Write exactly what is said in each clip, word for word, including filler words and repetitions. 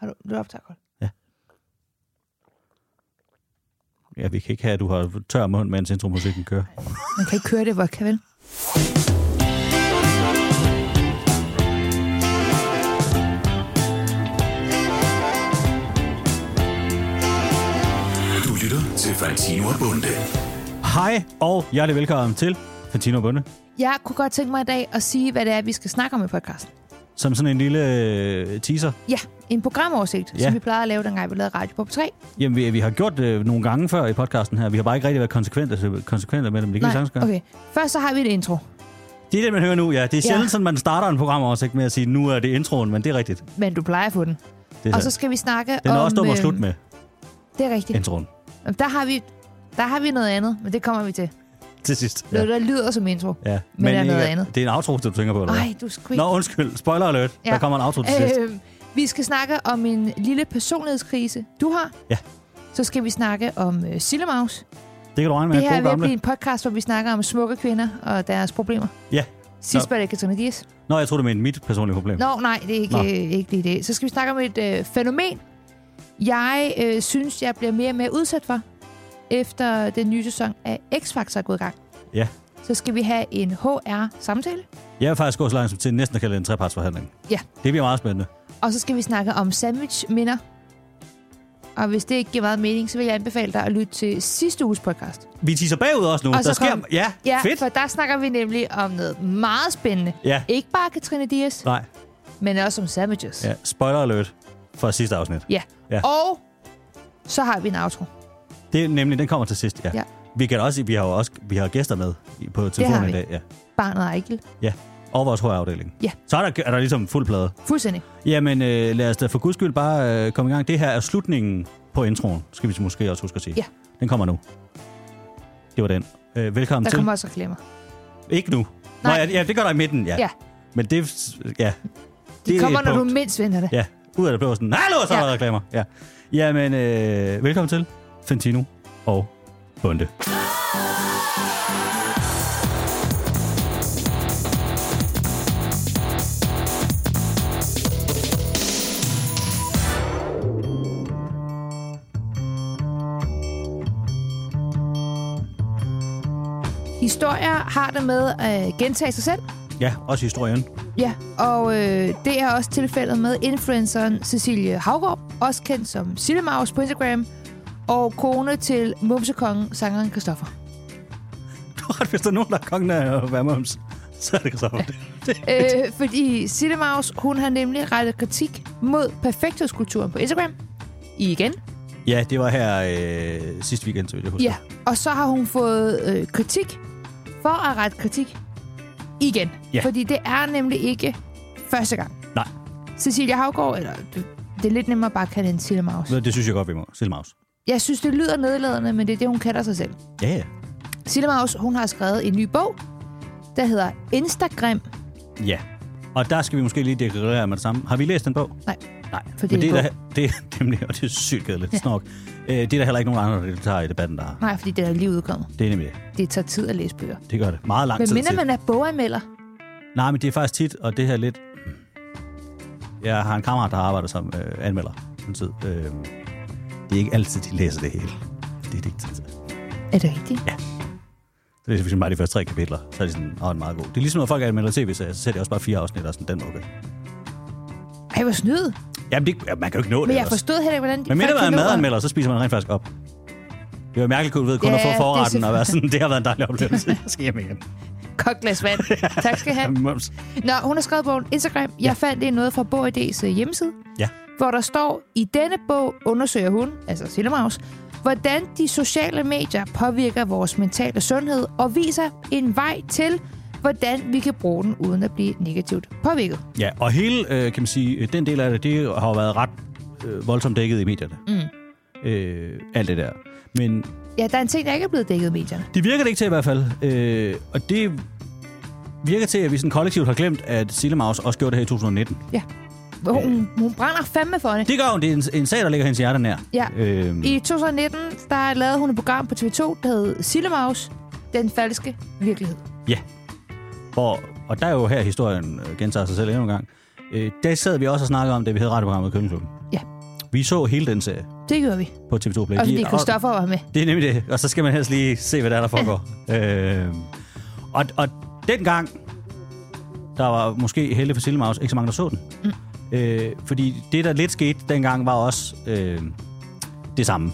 Har du, du optager godt? Ja. Ja, vi kan ikke have, at du har tør mund, mens intromusikken kører. Man kan ikke køre det, hvor kan vel? Du lytter til Fantino og Bunde. Hej, og hjertelig velkommen til Fantino og Bunde. Jeg kunne godt tænke mig i dag at sige, hvad det er, vi skal snakke om i podcasten. Som sådan en lille øh, teaser. Ja, en programoversigt, ja. som vi plejede at lave, dengang vi lavede radio på P tre. Jamen, vi, vi har gjort det øh, nogle gange før i podcasten her. Vi har bare ikke rigtig været konsekvente, konsekvente med dem. Det kan Nej, vi sagtens gøre. Okay. Først så har vi et intro. Det er det, man hører nu, ja. Det er sjældent Ja. sådan, man starter en programoversigt med at sige, nu er det introen, men det er rigtigt. Men du plejer at få den. Det Og så skal vi snakke den om... er også dum at øh, slutte med, Det er rigtigt. introen. Der har, vi, der har vi noget andet, men det kommer vi til. Til sidst. Noget, der lyder som intro. Ja. Men er ikke- noget andet. Det er en outro, du tænker på, eller hvad? Nej, du skal ikke... Nå, undskyld. Spoiler alert. Ja. Der kommer en outro til sidst. Øh, vi skal snakke om en lille personlighedskrise, du har. Ja. Så skal vi snakke om uh, Sillemaus. Det kan du regne med. Det her er Gode ved at gamle. blive en podcast, hvor vi snakker om smukke kvinder og deres problemer. Ja. Sidst Nå. var det Katrine Dias. Nå, jeg troede, det var mit personlige problem. Nå, nej, det er ikke, Nå. øh, ikke lige det. Så skal vi snakke om et øh, fænomen, jeg øh, synes, jeg bliver mere og mere udsat for, efter den nye sæson af X-Factor er gået i gang. Ja. Så skal vi have en H R-samtale, Jeg vil faktisk gå så langt som til næsten at kalde det en trepartsforhandling. Ja. Det bliver meget spændende. og så skal vi snakke om sandwich-minder. Og hvis det ikke giver meget mening, så vil jeg anbefale dig at lytte til sidste uges podcast. Vi teaser bagud også nu. Og så Der sker... kom- Ja, Ja, fedt. for der snakker vi nemlig om noget meget spændende. Ja. Ikke bare Katrine Dias, Nej. men også om sandwiches. Ja. Spoiler alert for sidste afsnit. Ja. Ja. Og så har vi en outro. Det er nemlig, den kommer til sidst, ja. Ja. Vi kan også, vi har jo også vi har gæster med i- på telefonen vi. i dag. Ja. Barnet og Ejkel. Ja. Og vores H R-afdeling. Ja. Så er der, er der ligesom fuld plade. Fuldstændig. Jamen, øh, lad os da for guds skyld bare øh, komme i gang. Det her er slutningen på introen, skal vi måske også huske at sige. Ja. Den kommer nu. Det var den. Øh, velkommen Der til. kommer også reklamer. Ikke nu. Nå, Nej. ja, ja, det gør der i midten, ja. Ja. Men det, ja. De det er kommer, et når du punkt. mindst venter det. Ja, ud af det blå sådan, hallo, så er Ja. der reklamer. Ja. Jamen, øh, velkommen til Fantino og Bunde. Historier har det med at gentage sig selv. Ja, også historien. Ja, og øh, det er også tilfældet med influenceren Cecilie Haugaard, også kendt som Sillemaus på Instagram, og kone til mumsekongen, sangeren Christoffer. Du har ret, hvis der er nogen, der er kongen af Værmums, så er det Christoffer. Ja. øh, fordi Sillemaus, hun har nemlig rettet kritik mod perfekthedskulturen på Instagram. Igen. Ja, det var her øh, sidste weekend, så vidt jeg husker. Ja, og så har hun fået øh, kritik for at rette kritik igen. Ja. Fordi det er nemlig ikke første gang. Nej. Cecilie Haugaard, eller det, det er lidt nemmere bare at kalde hende Sillemaus. Det synes jeg godt, vi må. Sillemaus. Jeg synes, det lyder nedladende, men det er det, hun kalder sig selv. Ja, ja. Sillemaus, hun har skrevet en ny bog, der hedder Instagram. Ja. Og der skal vi måske lige deklarere med det samme. Har vi læst den bog? Nej. Nej, For men det er det, en er der, det er nemlig, og det er sygt kedeligt, Ja. snork. Øh, det er der heller ikke nogen andre, der tager i debatten, der har. Nej, fordi det er lige udkommet. Det er nemlig det. Det tager tid at læse bøger. Det gør det. Meget lang Men tid mindre til. man er boganmelder. Nej, men det er faktisk tit, og det her lidt... Jeg har en kammerat, der har arbejdet som øh, anmelder en tid. Øh, det er ikke altid, de læser det hele. Det er det ikke tid til. Er det rigtigt? Ja. Så det er for bare de første tre kapitler, så er de sådan, åh, den er meget god. Det er ligesom, når folk anmelder tv-serier, så ser de også bare fire afsnit, og sådan, den er okay. Ej, hvor snyd. Jamen, det, ja, man kan jo ikke nå det. Men jeg ellers. forstod heller ikke, hvordan de Men mindre folk man er kan nå at- madanmelder, så spiser man rent faktisk op. Det var mærkeligt, du ved, kun Ja, at få det er forretten og være selvfølgelig- sådan, det har været en dejlig oplevelse. Jeg skal hjem igen. Kogt glas vand. Tak skal I have. Mums. Nå, hun har skrevet bogen Instagram. Jeg Ja. fandt det noget fra Bog I D's hjemmeside, Ja. hvor der står, i denne bog undersøger hun, altså Sillemaus, hvordan de sociale medier påvirker vores mentale sundhed og viser en vej til, hvordan vi kan bruge den, uden at blive negativt påvirket. Ja, og hele, øh, kan man sige, den del af det, det har jo været ret øh, voldsomt dækket i medierne. Mm. Øh, alt det der. Men Ja, der er en ting, der ikke er blevet dækket i medierne. det virker det ikke til i hvert fald. Øh, og det virker til, at vi sådan kollektivt har glemt, at Sillemaus også gjorde det her i to tusind nitten. Ja. Hun, hun brænder fandme for det. Det gør hun. Det er en, en sag, der ligger hendes hjerte nær. Ja. Øhm, I to tusind nitten, der lavede hun et program på T V to, der hed Sillemaus, den falske virkelighed. Ja. Hvor, og der er jo her, historien øh, gentager sig selv endnu en gang. Øh, der sad vi også og snakkede om, da vi havde radioprogrammet Køkkenklubben. Ja. Vi så hele den serie Det gjorde vi. på T V to Play. Og fordi De- Christoffer var med. Det er nemlig det, og så skal man helst lige se, hvad der er, der foregår. øh, og, og dengang, der var måske heldig for Sillemaus, ikke så mange, der så den. Mm. Øh, fordi det, der lidt skete dengang, var også øh, det samme.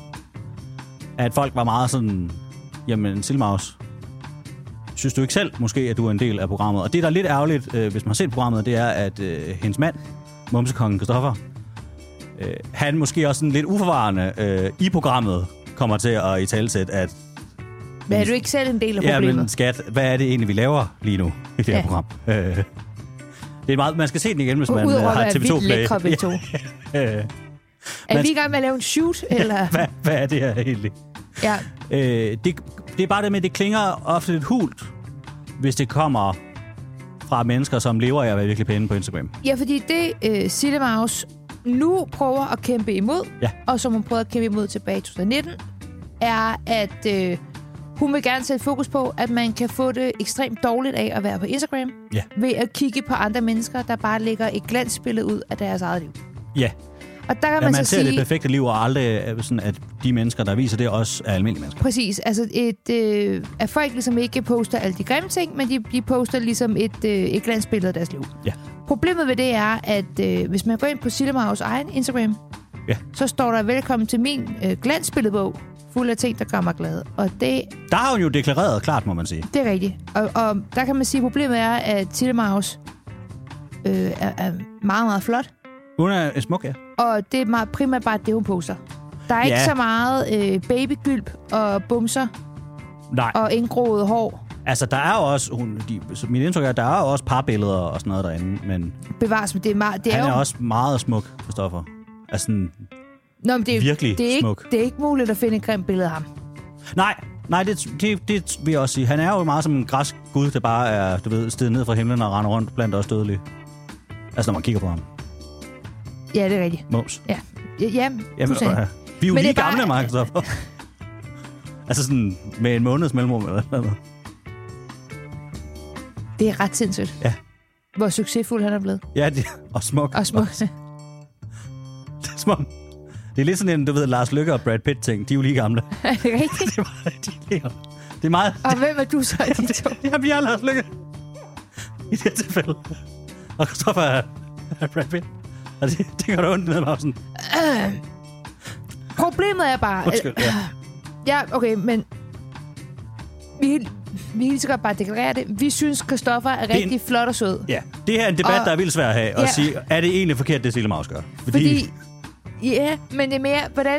At folk var meget sådan, jamen Sillemaus, synes du ikke selv måske, at du er en del af programmet? Og det, der er lidt ærgerligt, øh, hvis man har set programmet, det er, at øh, hendes mand, Mumsekongen Christoffer, øh, han måske også sådan lidt uforvarende øh, i programmet kommer til at italesætte, at Men er du ikke selv en del af ja, problemet? men skat, hvad er det egentlig, vi laver lige nu i det her Ja. program? Øh, det er meget, man skal se den igen, hvis man Udover øh, har at T V to vildt Play. lækre begge to. øh, Er man- vi i gang med at lave en shoot? Eller? hvad, hvad er det her egentlig? Ja. Øh, det, det er bare det med, det klinger ofte lidt hult, hvis det kommer fra mennesker, som lever af at være virkelig pæne på Instagram. ja, fordi det øh, Sillemaus nu prøver at kæmpe imod, Ja. og som hun prøvede at kæmpe imod tilbage i to tusind nitten, er, at øh, hun vil gerne sætte fokus på, at man kan få det ekstremt dårligt af at være på Instagram, Ja. ved at kigge på andre mennesker, der bare lægger et glansbillede ud af deres eget liv. Ja, Og der kan ja man, man så ser sige... det perfekte liv, og aldrig øh, sådan, at de mennesker, der viser det, også er almindelige mennesker. Præcis. Altså, et, øh, at folk ligesom ikke poster alle de grimme ting, men de, de poster ligesom et, øh, et glansbillede af deres liv. Ja. Problemet ved det er, at øh, hvis man går ind på Sillemaus egen Instagram, Ja. så står der velkommen til min øh, glansbilledbog, fuld af ting, der gør mig glad. Og det, Der har hun jo deklareret klart, må man sige. det er rigtigt. Og, og der kan man sige, at problemet er, at Sillemaus øh, er, er meget, meget flot. Hun er smuk, ja. Og det er meget, primært bare det, hun poster. Der er Ja. ikke så meget øh, babygylp og bumser Nej, og indgroet hår. altså der er jo også, hun, de, så mit indtryk er, at der er jo også parbilleder og sådan noget derinde, men Bevares, men det er, meget, det er han er jo... også meget smuk, Christoffer. Altså sådan, Nå, men det er, virkelig det er ikke, smuk. Det er ikke muligt at finde et grimt billede af ham. nej, nej, det, det, det vil jeg også sige. Han er jo meget som en græsk gud, der bare er, du ved, steget ned fra himlen og render rundt blandt os dødelige. Altså når man kigger på ham. Ja, det er rigtigt. Mås. Ja, ja, ja Jamen, fuldstændig. øh, vi er jo Men lige det er bare- gamle, Mark Christoffer. Altså sådan med en måneds mellemrum eller noget. Det er ret sindssygt, Ja. hvor succesfuld han er blevet. Ja, det, og smuk. Og smuk. Det er smuk. Det er lidt sådan en, du ved, Lars Løkke og Brad Pitt-ting. De er jo lige gamle. Er det rigtigt? Det er meget, de er lige gamle. Det er meget... Og hvem er du så i de to? Jeg bliver Lars Løkke. I det her tilfælde. Og Christoffer er, er Brad Pitt. Og det, det gør da ondt ned i mausen. Øh. Problemet er bare... Undskyld, ja. Ja, okay, men... Vi, vi kan lige så godt bare deklarere det. Vi synes, Christoffer er en- rigtig flot og sød. Ja, det her er en debat, Og- der er vildt svær at have. Og Ja. sige, er det egentlig forkert, det Sillemaus gør? Fordi, Fordi... Ja, men det er mere, hvordan...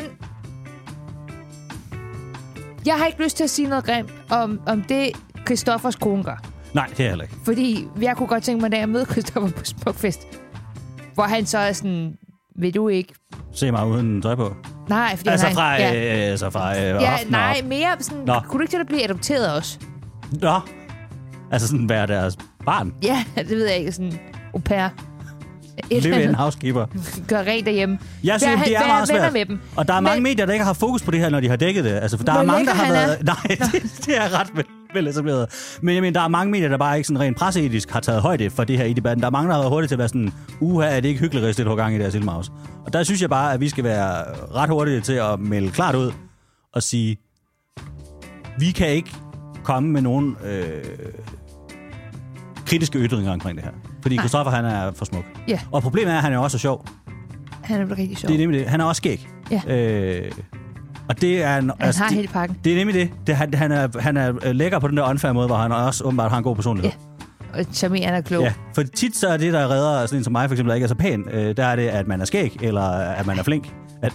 Jeg har ikke lyst til at sige noget grimt om, om det, Christoffers kone gør. Nej, det er heller ikke. Fordi jeg kunne godt tænke mig, da jeg møder Christoffer på Smukfest, hvor han så er sådan, vil du ikke? Se mig uden tøj på. Nej, fordi Altså han, fra, ja, øh, altså fra øh, ja, hoften nej, op. mere sådan, Nå. kunne du ikke til at blive adopteret også? Nå. Altså sådan være deres barn. Ja, det ved jeg ikke, sådan au pair. Et Live eller in andet. housekeeper. Gør rent derhjemme. Jeg synes, Vær- det er vær meget venner svært. med dem. Og der er mange Men- medier, der ikke har fokus på det her, når de har dækket det. Altså, for der Hvor er mange, der lækker har han været... Nej, det, det er ret vel, vel etableret. Men jeg mener, der er mange medier, der bare ikke sådan rent presseetisk har taget højde for det her i debatten. Der er mange, der har været hurtigt til at være sådan, uha, er det ikke hyggeligt, det har gang i det her Sillemaus. Og der synes jeg bare, at vi skal være ret hurtige til at melde klart ud og sige, vi kan ikke komme med nogen øh, kritiske ytringer omkring det her. Fordi Christoffer, han er for smuk. Ja, Og problemet er, at han er også sjov. han er rigtig sjov. Det er nemlig det. Han er også skæg. Ja. Øh, og det er en, Han har det, hele pakken. det er nemlig det. det han, han, er, han er lækker på den der unfair måde, hvor han også åbenbart har en god personlighed. Og charmerende og klog. Ja, for tit så er det, der redder sådan en som mig, for eksempel, der ikke er så pæn, øh, der er det, at man er skæg, eller at man er flink. At...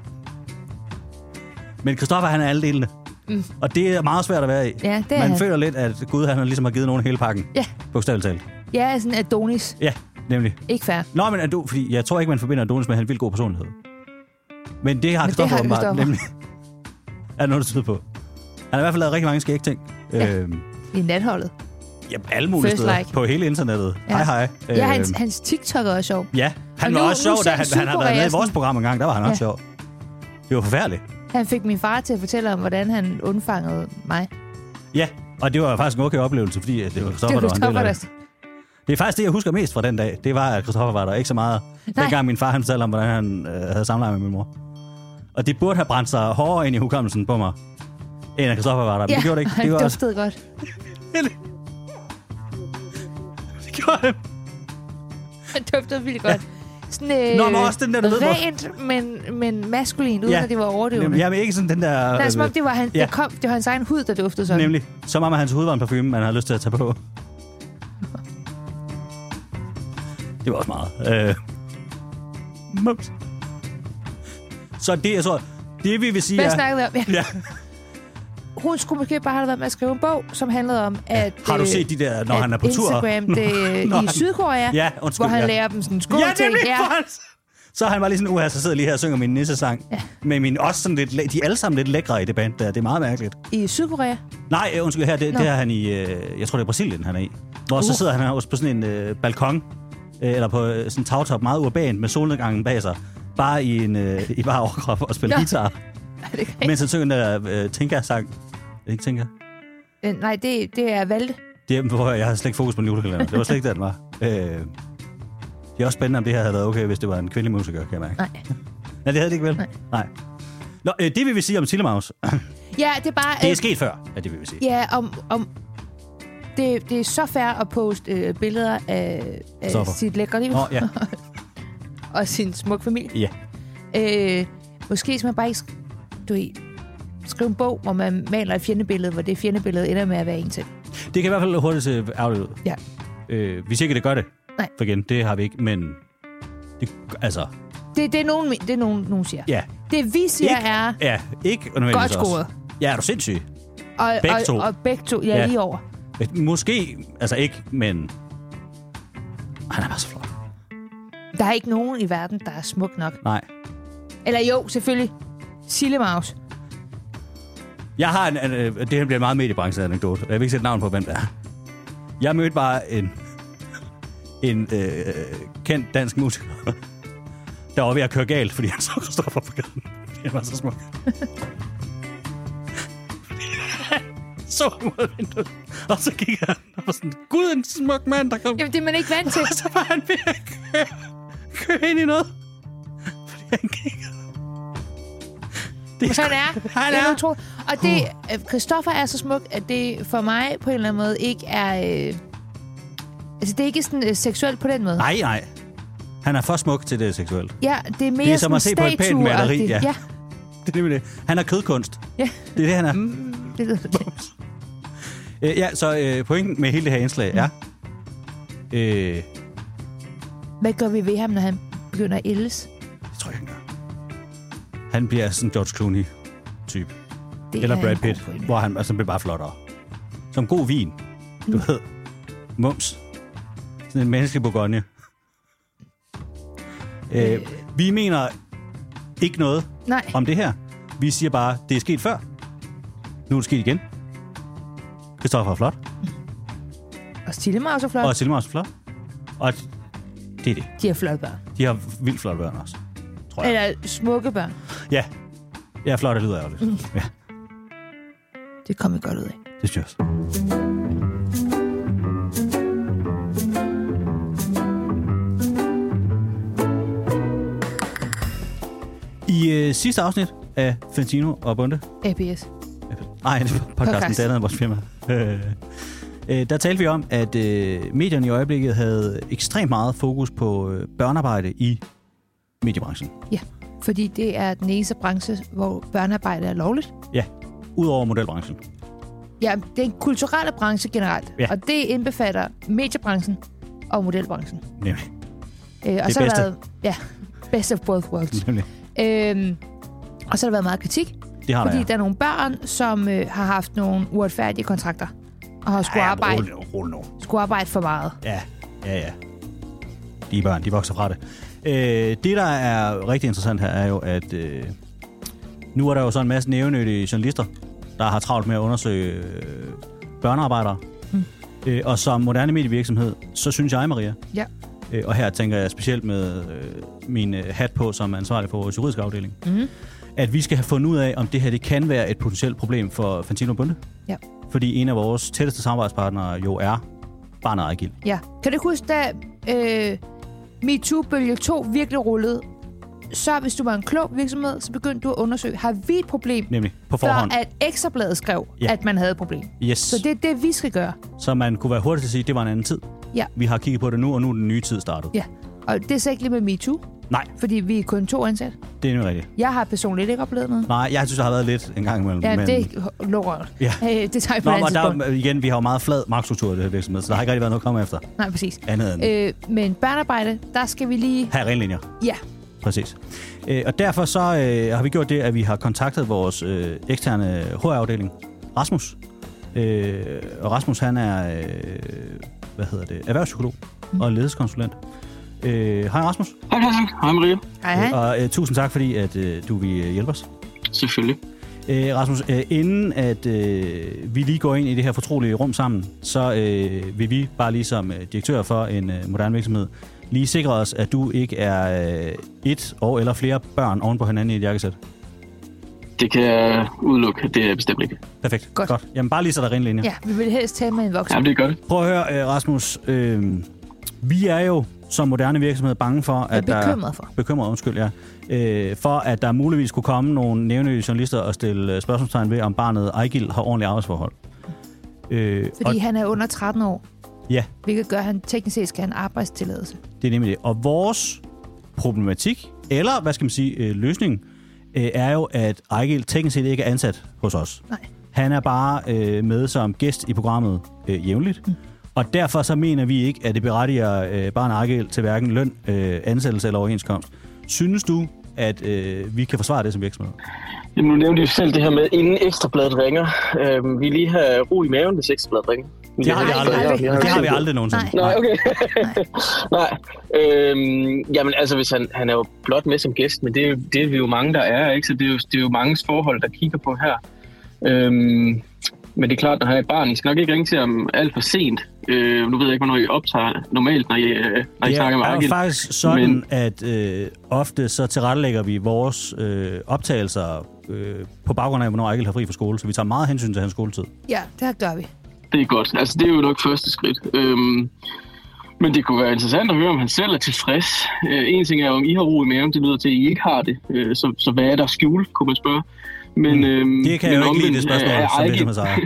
Men Christoffer, han er alle delene. Mm. Og det er meget svært at være i. Ja, det er Man han. føler lidt, at Gud han ligesom har givet nogen hele pakken. Ja. Bogstaveligt talt. Jeg er sådan Adonis. Ja, nemlig. Ikke fair. Nå, men er du, fordi jeg tror ikke, man forbinder Adonis med, at han har en vildt god personlighed. Men det har Men det Christoffer har åbenbart, Christoffer. nemlig. Er der noget, der tyder på? Han har i hvert fald lavet rigtig mange skæg ting. Ja. Øhm, I natholdet. ja, alle mulige First steder. like. På hele internettet. Ja. Hej, hej. Ja, hans, Øhm, hans TikTok er også sjov. ja, han Og var nu- også nu sjov, da ser han, han har været med i vores Sydkorea program en gang. Der var han også Ja. sjov. Det var forfærdeligt. Han fik min far til at fortælle om, hvordan han undfangede mig. Ja, og det var faktisk en okay oplevelse, fordi at det var Det Christoffer, var der var en del Christoffer, af der... det. Det er faktisk det, jeg husker mest fra den dag. Det var, at Christoffer var der ikke så meget. Nej. Dengang min far han fortalte om, hvordan han øh, havde samleje med min mor. Og det burde have brændt sig hårdere ind i hukommelsen på mig, end at Christoffer var der. Men Ja, det gjorde det ikke. han Det var duftede godt. Det gjorde han. Han duftede vildt godt. Sådan, øh, Nå, men også den der, du ved, hvor- rent, men, men maskulin, uden Ja. at det var overdøvende. Jamen, jeg er ikke sådan den der... Nej, som om det var, han, Ja. det, kom, det var hans egen hud, der duftede sådan. Nemlig. Som om, at hans hud var en parfume, man havde lyst til at tage på. Det var også meget. Øh. Mums. Så det, jeg tror, det vi vil sige Hvad er... snakkede vi om? Ja. Ja. Hun skulle måske bare have været med at skrive en bog, som handlede om, at... Har du øh, set de der, når at han er på tur? Instagram, det, Når i han- Sydkorea, Ja, undskyld, hvor han ja. lærer dem sådan skole Ja, ting. nemlig. Ja. Ja. Så er han var lige sådan, uha, så sidder jeg lige her og synger min nissesang. Ja. Med min også sådan lidt... læ- De er alle sammen lidt lækre i det band der. Det er meget mærkeligt. I Sydkorea? Nej, øh, undskyld, her, det, Nå. det er han i... Øh, jeg tror, det er Brasilien, han er i. Hvor uh. så Uh. sidder han også på sådan en øh, balkon, øh, eller på øh, sådan en tagtop, meget urban, med solnedgangen bag sig. Bare i en øh, i bare overkrop og spiller Nå. guitar. Er det rigtigt? Mens han synger den der øh, Tinka-sang. Ikke Tinka? Øh, Nej, det, det er Valde. Det er, hvor jeg havde slet ikke fokus på den julekalender. Det var slet ikke det, den var. Øh, det er også spændende, om det her havde været okay, hvis det var en kvindelig musiker, kan jeg mærke. Nej. Nej, det havde det ikke vel? Nej. Nej. Nå, øh, det vil vi sige om Tillemaus. Ja, det er bare... Det er øh, sket før, er det vil vi sige. Ja, om... om det, det er så fair at poste øh, billeder af, af Stoffer. sit lækre liv Nå, ja. og sin smukke familie. Ja. Øh, måske skal man bare ikke sk- du ved, skrive en bog, hvor man maler et fjendebillede, hvor det fjendebillede ender med at være en til. Det kan i hvert fald hurtigt se ærgerligt ud. Ja. Øh, hvis ikke det gør det. Nej. For igen, det har vi ikke, men... Det, altså, Det, det er nogen, det er nogen, nogen siger. ja. Det vi siger Ikke- er Ja, ikke nødvendigvis godt også. scoret. Ja, er du sindssyg? Og, Begge og, to. Og begge to, ja, Ja. lige over. Måske, altså ikke, men... Han er bare så flot. Der er ikke nogen i verden, der er smuk nok. Nej. Eller jo, selvfølgelig. Sillemaus. Jeg har en, en, øh, det her bliver en meget mediebranche-anekdote. Jeg vil ikke sætte navn på, hvem det er. Jeg mødte bare en, en øh, kendt dansk musiker, der var ved at køre galt, fordi han så Christoffer på gaden. Han var så smuk. Så ud af vinduet. Og så gik han og var sådan, gud, en smuk mand, der kom. Jamen, det er man ikke vant til. Og så var han ved at køre, køre ind i noget. Fordi han kiggede. Det Han er. Han det er. utroligt. Og det, øh, Christoffer er så smuk, at det for mig på en eller anden måde ikke er... Øh, altså, det er ikke sådan øh, seksuelt på den måde. Nej, nej. Han er for smuk til det seksuelt. Ja, det er mere Det er som at se sådan på et pænt maleri, statueagtigt. ja. Ja, Det er nemlig det. Han er kødkunst. ja. Det er det, han er. Mm, det lyder det. Øh, ja, så øh, pointen med hele det her indslag er... Øh, Hvad gør vi ved ham, når han begynder at ældes? det tror jeg, han gør. Han bliver sådan George Clooney-type. Det Eller er Brad en god Pitt, pointe. hvor han altså, bliver bare flottere. Som god vin. Du Mm. ved. Mums. Sådan en menneskelig bourgogne. Øh, vi mener ikke noget Nej, om det her. Vi siger bare, det er sket før. Nu er det sket igen. Christoffer er flot. og Sillemaus er flot. Og Silma er også flot. Og det er det. De har flotte børn. De har vildt flotte børn også, tror jeg. Eller smukke børn. Ja. Jeg er flot, det lyder ærgerligt. Mm. Ja, Det kommer godt ud af. det synes jeg også. I øh, sidste afsnit af Fantino og Bunde... A B S. Nej, det var podcasten, Podcast. det andet af vores firma. Øh, øh, der talte vi om, at øh, medierne i øjeblikket havde ekstremt meget fokus på øh, børnearbejde i mediebranchen. Ja, fordi det er den eneste branche, hvor børnearbejde er lovligt. Ja, udover modelbranchen. Ja, det er en kulturelle branche generelt. Ja. Og det indbefatter mediebranchen og modelbranchen. Nemlig. Øh, og Det så har der bedste. været, ja, best of both worlds. Nemlig. Øhm, og så har der været meget kritik, Det har fordi der, der er nogle børn, som øh, har haft nogle uretfærdige kontrakter. Og har skulle, ja, arbejde, rolig nu, rolig nu. skulle arbejde for meget. Ja, ja, ja. De børn, de vokser fra det. Øh, det, der er rigtig interessant her, er jo, at øh, nu er der jo så en masse nævnyttige journalister, der har travlt med at undersøge øh, børnearbejdere. Mm. Øh, og som moderne medievirksomhed, så synes jeg, Maria, Ja. øh, og her tænker jeg specielt med øh, min øh, hat på som ansvarlig for vores juridiske afdeling, Mm. at vi skal have fundet ud af, om det her det kan være et potentielt problem for Fantino Bunde. Ja. Fordi en af vores tætteste samarbejdspartnere jo er barnet Ejgil. Ja. Kan du huske, da øh, MeToo-bølge to virkelig rullede, så hvis du var en klog virksomhed, så begyndte du at undersøge, har vi et problem? Nemlig, på forhånd. Før at Ekstrabladet skrev, Ja. at man havde et problem. Yes. Så det er det, vi skal gøre. Så man kunne være hurtigt til at sige, at det var en anden tid. Ja. Vi har kigget på det nu, og nu er den nye tid startet. Ja. Og det er så ikke lige med MeToo, Nej, fordi vi er kun to ansat. det er nu rigtigt. Jeg har personligt ikke oplevet noget. Nej, jeg synes, der har været lidt en gang imellem. Ja, men... det er lort. Ja. Øh, det tager jeg på Nå, et men andet tidspunkt. der, igen, vi har jo meget flad magtstruktur i det her virksomhed, så der har ikke rigtig været noget at komme efter. Nej, præcis. Andet end Øh, men børnearbejde, der skal vi lige... have renlinjer. Ja. Præcis. Øh, og derfor så øh, har vi gjort det, at vi har kontaktet vores øh, eksterne H R-afdeling, Rasmus. Øh, og Rasmus, han er, øh, hvad hedder det, erhvervspsykolog mm. og ledelseskonsulent. Øh, hej Rasmus. Hej Christian. Hej Maria. Hej, hej. Og øh, tusind tak, fordi at, øh, du vil hjælpe os. Selvfølgelig. Øh, Rasmus, øh, inden at øh, vi lige går ind i det her fortrolige rum sammen, så øh, vil vi bare lige som øh, direktør for en øh, moderne virksomhed lige sikre os, at du ikke er øh, et og eller flere børn oven på hinanden i et jakkesæt. Det kan jeg udelukke. Det er bestemt ikke. Perfekt. Godt. Godt. Jamen bare lige så der rent linje. Ja, vi vil helst tale med en voksen. Jamen, det er godt. Prøv at høre, øh, Rasmus. Øh, vi er jo som moderne virksomhed bange for, at Jeg er der bekymret for. bekymret, undskyld, ja. Øh, for at der muligvis kunne komme nogle nævnlige journalister og stille spørgsmålstegn ved, om barnet Ejgil har ordentlige arbejdsforhold. Øh, Fordi og, han er under tretten år, ja, hvilket gør, at han teknisk set skal have en arbejdstilladelse. det er nemlig det. Og vores problematik, eller hvad skal man sige, øh, løsning, øh, er jo, at Ejgil teknisk set ikke er ansat hos os. Nej. Han er bare øh, med som gæst i programmet øh, jævnligt. Mm. Og derfor så mener vi ikke, at det berettiger øh, barnet Ejgil til hverken løn, øh, ansættelse eller overenskomst. Synes du, at øh, vi kan forsvare det som virksomhed? Jamen, nu nævnte jeg selv det her med, inden Ekstrabladet ringer. Øhm, vi lige have ro i maven, hvis Ekstrabladet ringer. Det har vi Nej, aldrig, aldrig. det har vi aldrig nogensinde. Nej. Nej, okay. Nej. Øhm, jamen, altså, hvis han, han er jo blot med som gæst, men det er, jo, det er vi jo mange, der er, ikke? Så det er jo, det er jo manges forhold, der kigger på her. Øhm, men det er klart, når han er et barn, I skal nok ikke ringe til ham alt for sent. Øh, nu ved jeg ikke, hvornår I optager normalt, når I, når I Det snakker med er jo Ejgil. faktisk sådan, Men- at øh, ofte så tilrettelægger vi vores øh, optagelser øh, på baggrund af, hvornår Ejgil har fri fra skole, så vi tager meget hensyn til hans skoletid. Ja, det gør vi. Det er godt. Altså, det er jo nok første skridt. Øhm, men det kunne være interessant at høre, om han selv er tilfreds. Øh, en ting er, om I har ro i maven. Det lyder til, at I ikke har det. Øh, så, så hvad er der skjult, kunne man spørge. Men, øhm, Det kan jeg jo men ikke lide, det omvendt, spørgsmål, er som Ejgil- virksomhedsejer.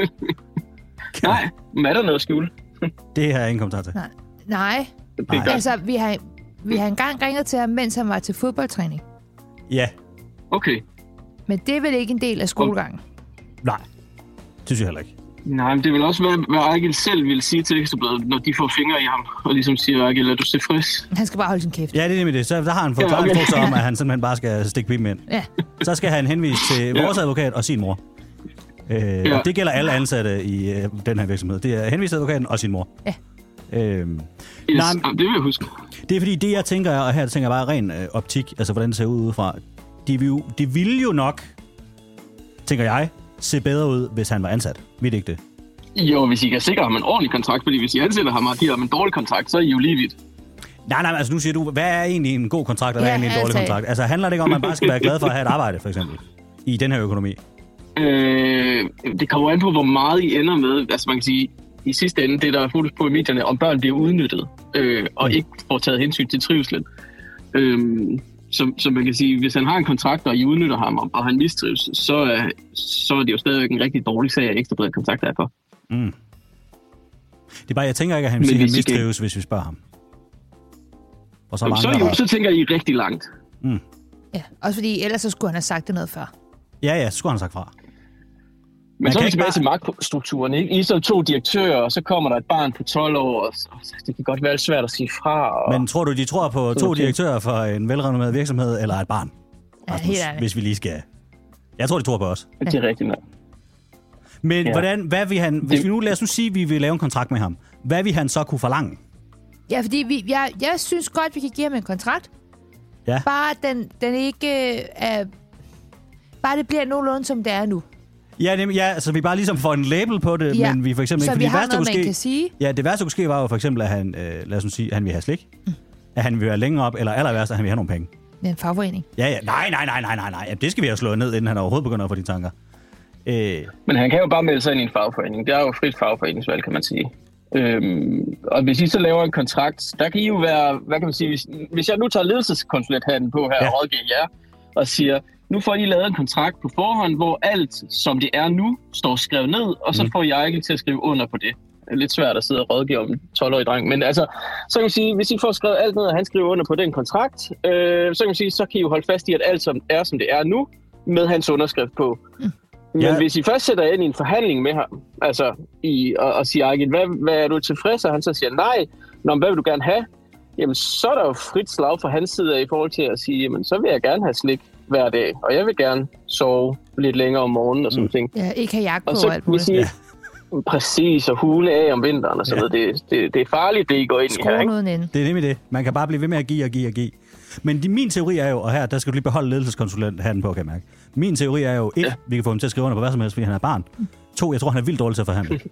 Nej, men er der noget at skjule? Det har jeg ingen kommentar til. Nej. Nej. Det er Nej. godt. Altså, vi har, vi har engang ringet til ham, mens han var til fodboldtræning. Ja, Okay. Men det er vel ikke en del af skolegangen? nej. Det synes jeg heller ikke. Nej, men det vil også være, hvad Ejgil selv vil sige til Ekstrabladet, når de får fingre i ham, og ligesom siger, Ejgil, er du tilfreds? Han skal bare holde sin kæft. Ja, det er nemlig det. Så der har han fået Ja, klart okay. instrukser om, at han simpelthen bare skal stikke pipen ind. Ja. Så skal han henvise til vores advokat og sin mor. Øh, Ja. og det gælder alle ansatte i øh, den her virksomhed. Det er henvise til advokaten og sin mor. Ja. Øhm, Yes, Nej, jamen, det vil jeg huske. det er fordi, det jeg tænker, og her tænker jeg bare ren øh, optik, altså hvordan det ser ud udefra. Det, vil jo, det ville jo nok, tænker jeg, se bedre ud, hvis han var ansat. Ved ikke det? Jo, hvis I kan sikre ham en ordentlig kontrakt, fordi hvis I ansætter ham og giver ham en dårlig kontrakt, så er I jo lige vidt. Nej, nej, altså nu siger du, hvad er egentlig en god kontrakt, og hvad Ja, er egentlig en dårlig altså- kontrakt? Altså handler det ikke om, at man bare skal være glad for at have et arbejde, for eksempel? I den her økonomi? Øh, det kommer an på, hvor meget I ender med. Altså man kan sige, i sidste ende, det der er fokus på i medierne, om børn bliver udnyttet, øh, og Mm. ikke får taget hensyn til trivslen. Øh, så, så man kan sige, hvis han har en kontrakt, og I udnytter ham, og, og han mistrives, så, er, så er det jo stadigvæk en rigtig dårlig sag, at Ekstrabladet kontakter jer for. Mm. Det er bare, jeg tænker ikke, at han vil Men sige, at han hvis I kan- mistrives, hvis vi spørger ham. Og så Så, så, mangler jo, der... så tænker I rigtig langt. Mm. Ja, også fordi ellers så skulle han have sagt det noget før. Ja, ja, så skulle han have sagt fra. Men Man så er kan vi ikke tilbage bare- til magtstrukturen, ikke? I er så to direktører, og så kommer der et barn på tolv år, og så, det kan godt være lidt svært at sige fra. Og... Men tror du, de tror på to Okay. direktører for en velrenommeret virksomhed, eller et barn? Ja, Rasmus, helt ærligt. hvis vi lige skal... Jeg tror, de tror på os. Det er rigtigt nok. Men Ja. hvordan, hvad vil han... Hvis Det- vi nu, lad os nu sige, at vi vil lave en kontrakt med ham. Hvad vil han så kunne forlange? Ja, fordi vi, jeg, jeg synes godt, vi kan give ham en kontrakt. Ja. Bare den, den ikke øh, er... Bare det bliver nogenlunde, som det er nu. Ja, nem, ja, så vi bare ligesom får en label på det, Ja. men vi for eksempel Så ikke... vi fordi har det værste noget, kunne man ske- kan sige. Ja, det værste kunne ske var jo for eksempel, at han, øh, lad os nu sige, at han vil have slik. Mm. At han vil være længere op, eller aller værst, at han vil have nogle penge. Det er en fagforening. Ja, ja. Nej, nej, nej, nej, nej, nej. Ja, det skal vi have slået ned, inden han overhovedet begynder at få de tanker. Øh, Men han kan jo bare melde sig ind i en fagforening. Det er jo frit fagforeningsvalg, kan man sige. Øhm, og hvis I så laver en kontrakt, der kan I jo være, hvad kan man sige, hvis, hvis jeg nu tager ledelseskonsulenthatten på her Ja. og rådgiver jer, og siger, nu får I lavet en kontrakt på forhånd, hvor alt, som det er nu, står skrevet ned, og så Mm. får jeg ikke til at skrive under på det. Det er lidt svært at sidde og rådgive om en tolv-årig dreng, men altså, så kan man sige, hvis I får skrevet alt ned, og han skriver under på den kontrakt, øh, så kan man sige, så kan I jo holde fast i, at alt som er, som det er nu, med hans underskrift på. Mm. Men Ja. hvis I først sætter ind i en forhandling med ham, altså i, og, og siger, Ejgil, hvad, hvad er du tilfreds, og han så siger nej, Nå, hvad vil du gerne have? Jamen, så er der jo frit slag fra hans side af i forhold til at sige, jamen, så vil jeg gerne have slik hver dag, og jeg vil gerne sove lidt længere om morgenen og sådan mm. ting. Ja, ikke have jagt på Og så alt muligt. hvis I, ja. Præcis, og hule af om vinteren og sådan Ja. noget. Det, det, det er farligt, det I går ind i her, Skruen ikke? uden ende. Det er nemlig det. Man kan bare blive ved med at give og give og give. Men de, min teori er jo, og her, der skal du lige beholde ledelseskonsulent-hatten på, kan jeg mærke. Min teori er jo, et, ja. vi kan få ham til at skrive under på hvad som helst, fordi han er barn. To, jeg tror, han er vildt dårlig til at forhandle.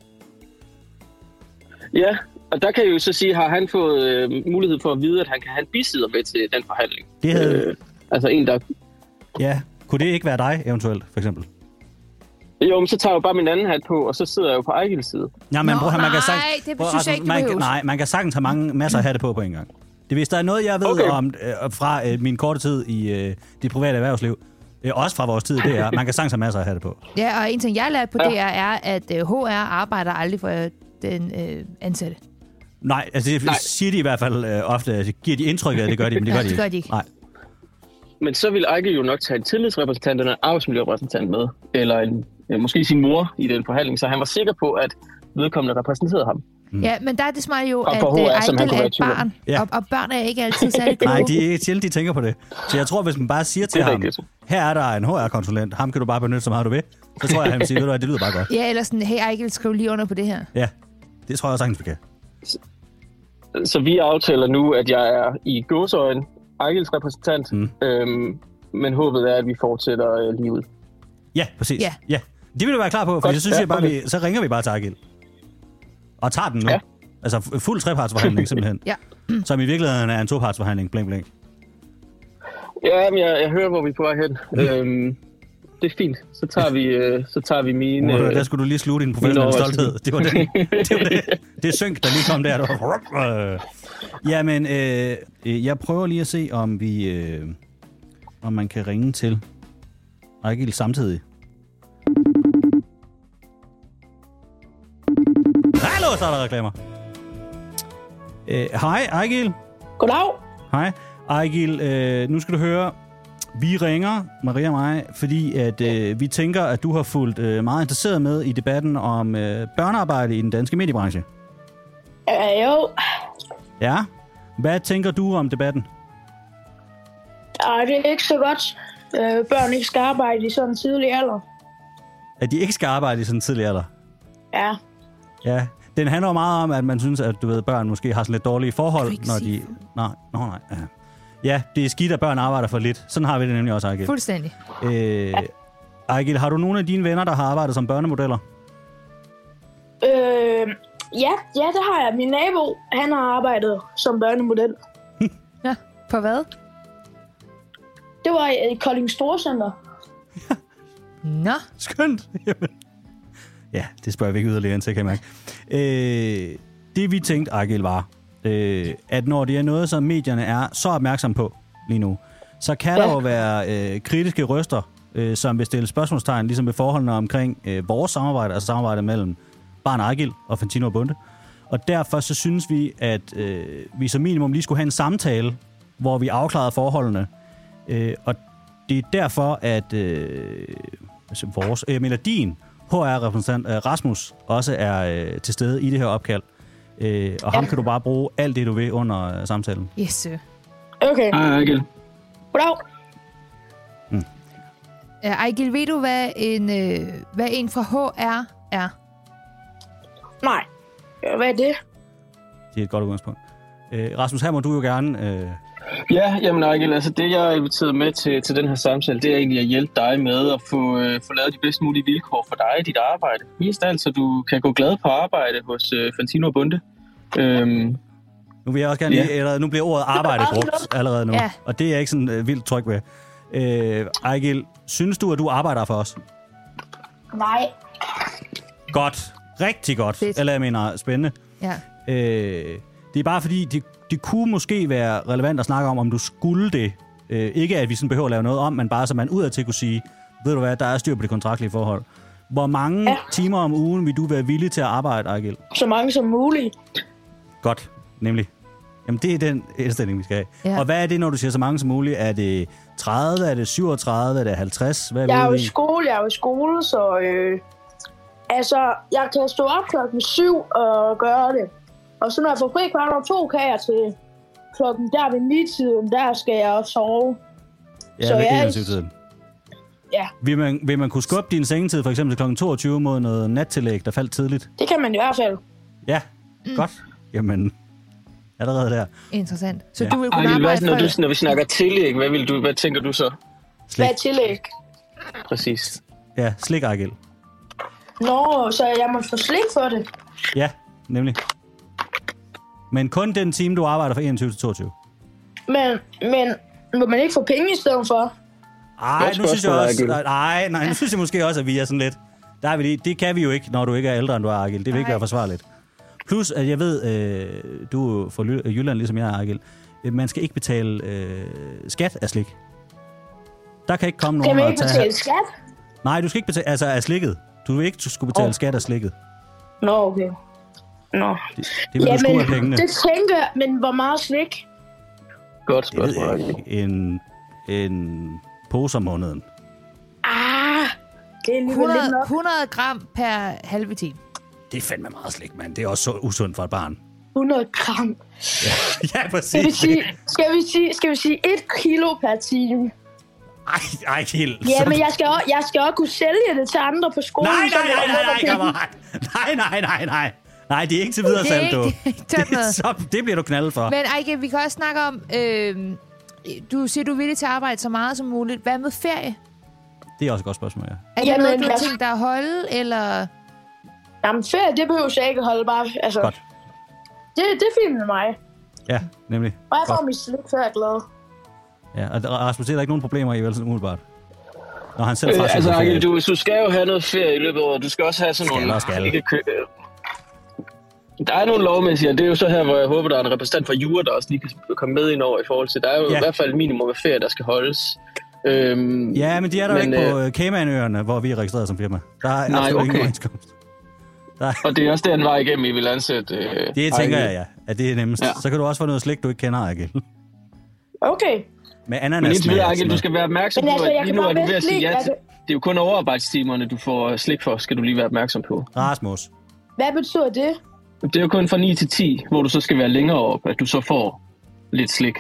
Ja, og der kan jeg jo så sige, har han fået øh, mulighed for at vide, at han kan have en bisidder med til den forhandling. Det havde... Øh, altså en, der... Ja, kunne det ikke være dig, eventuelt, for eksempel? Jo, men så tager jeg jo bare min anden hat på, og så sidder jeg jo på Ejgils side. Ja, men Nå, bror, man kan nej, sagtens, det bror, synes jeg ikke, det man, kan- behøves. nej, man kan sagtens have mange masser af hatte på på en gang. Det hvis der er noget, jeg ved Okay. om øh, fra øh, min korte tid i øh, det private erhvervsliv, øh, også fra vores tid, det er, man kan sagtens have masser af hatte på. Ja, og en ting, jeg har lært på Ja. det er, er, at øh, H R arbejder aldrig for øh, den øh, ansatte. Nej, altså det Nej. siger de i hvert fald øh, ofte. Altså, giver de indtryk af, at det gør de, men det Ja, gør de det ikke. gør de ikke. Nej. Men så vil Ejgil jo nok tage en tillidsrepræsentant eller en arbejdsmiljørepræsentant med, eller en, øh, måske sin mor i den forhandling, så han var sikker på, at vedkommende repræsenterede ham. Mm. Ja, men der er det smart jo, Og at for H R, øh, som han Ejgil kunne er være et i tvivl om. barn, Ja. og, og børn er ikke altid særlig Nej, gode. de er sjældent, de tænker på det. Så jeg tror, hvis man bare siger til Det er ham, rigtigt. her er der en H R-konsulent, ham kan du bare benytte så meget du vil, så tror jeg, han vil sige, ved du hvad, det lyder bare godt. Ja, eller sådan, hey Ejgil, skriv lige under på det her. Ja, det tror jeg også sagtens, vi kan. Så vi aftaler nu, at jeg er i gåseøjne Ejgils repræsentant, Mm. øhm, men håbet er, at vi fortsætter øh, livet. Ja, præcis. Ja. ja. Det vil du være klar på, for Godt. så synes Ja, jeg bare, okay. vi, så ringer vi bare til Ejgil. Og tager den nu. Ja. Altså fu- fuld trepartsforhandling simpelthen. Ja. Som i virkeligheden er en topartsforhandling. Bling, bling. Ja, men jeg, jeg hører, hvor vi er på vej hen. Øhm, det er fint. Så tager vi, øh, så tager vi mine... Øh, Øh, der skulle du lige slutte din professionelle Nå, stolthed. Det var det. Det, var det. Det synk, der lige kom der. Det var... Øh. Jamen, øh, øh, jeg prøver lige at se, om vi... Øh, om man kan ringe til Ejgil samtidig. Hallo, så er der reklamer. Øh, hej, Ejgil. Goddag. Hej. Ejgil, øh, nu skal du høre, vi ringer, Maria og mig, fordi at, øh, vi tænker, at du har fulgt øh, meget interesseret med i debatten om øh, børnearbejde i den danske mediebranche. Uh, jo, Ja? Hvad tænker du om debatten? uh, det er ikke så godt. Uh, børn ikke skal arbejde i sådan en tidlig alder. At de ikke skal arbejde i sådan en tidlig alder? Ja, Ja. Den handler jo meget om, at man synes, at du ved, børn måske har sådan lidt dårlige forhold, ikke når sige de... Nej, nej, nej. Ja. ja, det er skidt, at børn arbejder for lidt. Sådan har vi det nemlig også, Ejgil. Fuldstændig. Øh, Ejgil, har du nogle af dine venner, der har arbejdet som børnemodeller? uh, ja, ja, det har jeg. Min nabo, han har arbejdet som børnemodel. Ja, på hvad? Det var i Kolding Storcenter. Nå, Skønt. Jamen. Ja, det spørger vi ikke yderligere ind til, kan jeg mærke. Øh, det vi tænkte, Ejgil, var, øh, at når det er noget, som medierne er så opmærksom på lige nu, så kan ja. der jo være øh, kritiske røster, øh, som vil stille spørgsmålstegn, ligesom ved forholdene omkring øh, vores samarbejde, altså samarbejdet mellem Barn Ejgil og Fantino og Bunde. Og derfor så synes vi, at øh, vi som minimum lige skulle have en samtale, hvor vi afklarede forholdene. Øh, og det er derfor, at øh, altså vores, øh, eller din H R-repræsentant øh, Rasmus også er øh, til stede i det her opkald. Øh, og ham kan du bare bruge alt det, du vil under øh, samtalen. yes sir. Okay, Hej, Ejgil. goddag. Uh, Ejgil, ved du, hvad en, øh, hvad en fra H R er? Nej, Ja, hvad er det? Det er et godt udgangspunkt. Øh, Rasmus, her må du jo gerne... Øh, Ja, jamen Ejgil, altså det jeg er inviteret med til, til den her samtale, det er egentlig at hjælpe dig med at få, øh, få lavet de bedst mulige vilkår for dig i dit arbejde. Mest alt, så du kan gå glad på arbejde hos øh, Fantino og Bunde. Øhm, nu vil jeg også gerne Ja. lige... Eller, nu bliver ordet arbejde brugt allerede nu. Ja. Og det er jeg ikke sådan øh, vildt tryg ved. Øh, Ejgil, synes du, at du arbejder for os? Nej. Godt. Rigtig godt. Fedt. Eller jeg mener, spændende. Ja. Øh, det er bare fordi, det, det kunne måske være relevant at snakke om, om du skulle det. Øh, ikke at vi sådan behøver at lave noget om, men bare så man udadtil kunne sige, ved du hvad, der er styr på det kontraktlige forhold. Hvor mange ja. timer om ugen vil du være villig til at arbejde, Ejgil? Så mange som muligt. Godt, nemlig. Jamen, det er den indstilling, vi skal have. Ja. Og hvad er det, når du siger så mange som muligt? Er det tredive, er det syvogtredive, er det halvtreds? Hvad er Jeg er jo vi i i? skole, jeg er jo i skole, så øh, altså, jeg kan stå op klokken syv og gøre det. Og så når jeg får fri kvart over to, kan jeg til klokken der ved ni-tiden, der skal jeg sove. Ja, så ved jeg er i- enogtyve-tiden. Ja, Vil man, vil man kunne skubbe din sengetid for eksempel til klokken toogtyve mod noget nattillæg, der faldt tidligt? det kan man i hvert fald. Ja, mm. godt. Jamen, allerede der. Interessant. Så Ja. du vil kunne Ejgil, hvad, arbejde når, for... du, når vi snakker tillæg, hvad, vil du, hvad tænker du så? Slik. Hvad er tillæg? Præcis. Ja, slik, Ejgil. Nå, så jeg må få slik for det. Ja, nemlig. Men kun den time, du arbejder fra enogtyve til toogtyve. Men, men må man ikke få penge i stedet for? Ej, Godt nu synes jeg spørgsmål, også... Ejgil. Nej, nej, nu synes jeg måske også, at vi er sådan lidt... Der er vi lige, det kan vi jo ikke, når du ikke er ældre, end du er, Ejgil. Det vil ikke Nej. være forsvarligt. Plus, at jeg ved, øh, du er fra Ly- Jylland, ligesom jeg er, Ejgil. Øh, Man skal ikke betale øh, skat af slik. Der kan ikke komme Kan nogen man og ikke tage... betale skat? Nej, du skal ikke betale... Altså, af slikket. Du vil ikke skulle betale Åh. skat af slikket. Nå, okay. Nå. Det, det vil du sgu Jamen, af pengene. det tænker jeg, men hvor meget slik? Godt Det ved spørgsmål, jeg Ejgil. ikke. En, en pose om måneden. Ah, det er alligevel lidt hundrede, nok. hundrede gram per halve time. Det er fandme meget slik, mand. Det er også så usundt for et barn. hundrede gram. Ja, præcis. Skal vi sige, skal vi sige, skal vi sige et kilo per time? Ej, ej, helt. Ja, men jeg skal, også, jeg skal også kunne sælge det til andre på skolen. Nej, så nej, jeg nej, nej, håber nej, penge. kammerat. Nej, nej, nej, nej. Nej, det er ikke til videre Det er salg, ikke- du. det er ikke tørt Det, er noget. så, det bliver du knaldet for. Men Ejgil, vi kan også snakke om... Øh, du siger, du er villig til at arbejde så meget som muligt. Hvad med ferie? Det er også et godt spørgsmål, ja. Er det Jamen, noget, du har jeg- tænkt dig at holde, eller... Jamen, ferie, det behøver jeg ikke at holde bare. Altså, Godt. det, det er fint med mig. Ja, nemlig. Og jeg får Godt. mit slik, så er jeg glad. Ja, og der- Rasmus, det er der ikke nogen problemer i, vel sådan umiddelbart. Når han selv Øh, frasiger altså, sig ferie. Ejgil, du, du skal jo have noget ferie i løbet af året. Du skal også have sådan Skal nogle... og skal. Ikke kø- der er nogle lovmæssige, og det er jo så her, hvor jeg håber, der er en repræsentant fra Jura, der også lige kan komme med ind over i forhold til. Der er jo Ja. i hvert fald et minimum af ferie, der skal holdes. Øhm, Ja, men de er der jo men, ikke på øh, øh, Caymanøerne, hvor vi er registreret som firma. Der er Nej, absolut ingen okay. overenskomst. Der, Og det er også den vej igennem, I vil ansætte. Øh, det tænker Ejgil. jeg, ja. At det er nemmest. Ja. Så kan du også få noget slik, du ikke kender, Ejgil. Okay. Med ananas. Men indtil videre, Ejgil, du skal være opmærksom Men på, altså, at jeg lige kan nu er bare du ved at bedst sige lide- ja jeg til. kan- Det er jo kun overarbejdstimerne, du får slik for, skal du lige være opmærksom på. Rasmus. Hvad betyder det? Det er jo kun fra ni til ti, hvor du så skal være længere op, at du så får lidt slik.